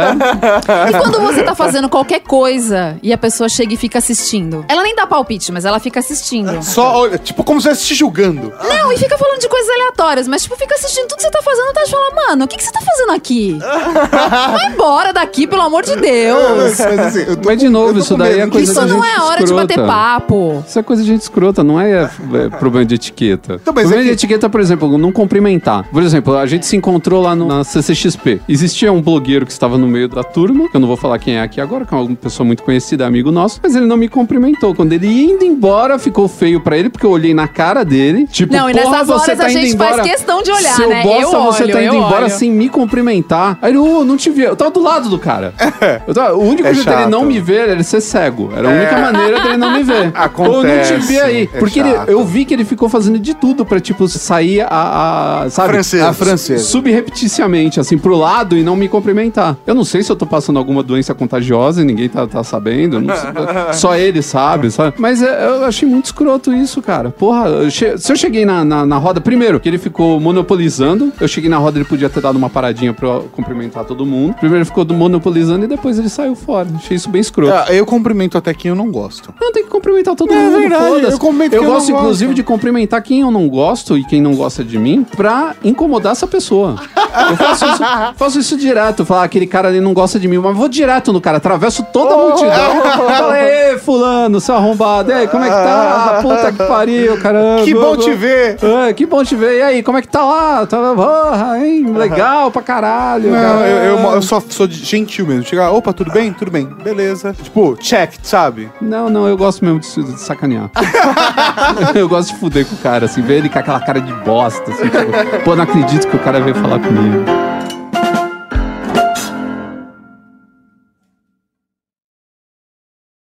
E quando você tá fazendo qualquer coisa e a pessoa chega e fica assistindo? Ela nem dá palpite, mas ela fica assistindo. Só, olha, tipo, como se estivesse te julgando. Não, e fica falando de coisas aleatórias, mas tipo, fica assistindo tudo que você tá fazendo e tá falando, mano, o que, que você tá fazendo aqui? Vai embora daqui, pelo amor de Deus. Mas, assim, eu tô Mas de com- novo, eu tô isso com daí medo. é coisa Isso de não gente é hora de bater escrota. papo. Isso é coisa de gente escrota, não é, é problema de etiqueta. Então, mas problema é de que- etiqueta, por exemplo, não cumprimentar. Por exemplo, a gente se encontrou lá no- na C C X P. Existia um blogueiro que estava no meio da turma, que eu não vou falar quem é aqui agora, que é uma pessoa muito conhecida, amigo nosso, mas ele não me cumprimentou. Quando ele ia indo embora, ficou feio pra ele, porque eu olhei na cara dele. Tipo, Não, e porra, nessas você horas tá a indo gente embora. faz questão de olhar, Seu né? bosta, Eu você olho, tá indo eu embora olho. sem me cumprimentar. Aí ele, ô, não te vi. Eu tava do lado do cara. Eu tava- o único É jeito dele chato. não me ver era ser cego. Era a única maneira dele não me ver. Acontece, Ou não te vi aí. é porque ele- chato. eu vi que ele ficou fazendo de tudo pra, tipo, sair a, a sabe? Francesa. A francesa. Subrepticiamente, assim, pro lado e não me cumprimentar. Eu não sei se eu tô passando alguma doença contagiosa e ninguém tá, tá sabendo. Não sei, só ele sabe, sabe? Mas é, eu achei muito escroto isso, cara. Porra, eu che- se eu cheguei na, na, na roda, primeiro, que ele ficou monopolizando. Eu cheguei na roda, ele podia ter dado uma paradinha pra eu cumprimentar todo mundo. Primeiro ele ficou monopolizando e depois ele saiu fora. Achei isso bem escroto. Ah, eu cumprimento até quem eu não gosto. Não, tem que cumprimentar todo É mundo, verdade, foda-se. eu cumprimento Eu quem eu gosto, não inclusive, gosto. de cumprimentar quem eu não gosto e quem não gosta de mim pra incomodar essa pessoa. Eu faço isso, faço isso direto. Falar, aquele cara ali não gosta de mim, mas vou direto no cara, atravesso toda a multidão. Fala, ei, fulano, seu arrombado, e aí, como é que tá? Puta que pariu, caramba. Que bom te ver. É, que bom te ver. E aí, como é que tá lá? Tá, porra, hein? Legal pra caralho. Não, cara. eu, eu, eu só sou de- gentil mesmo. Chegar, opa, tudo bem? Tudo bem. Beleza. Tipo, check, sabe? Não, não, eu gosto mesmo de, de sacanear. Eu gosto de fuder com o cara, assim, ver ele com aquela cara de bosta, assim, tipo, pô, não acredito que o cara veio falar comigo.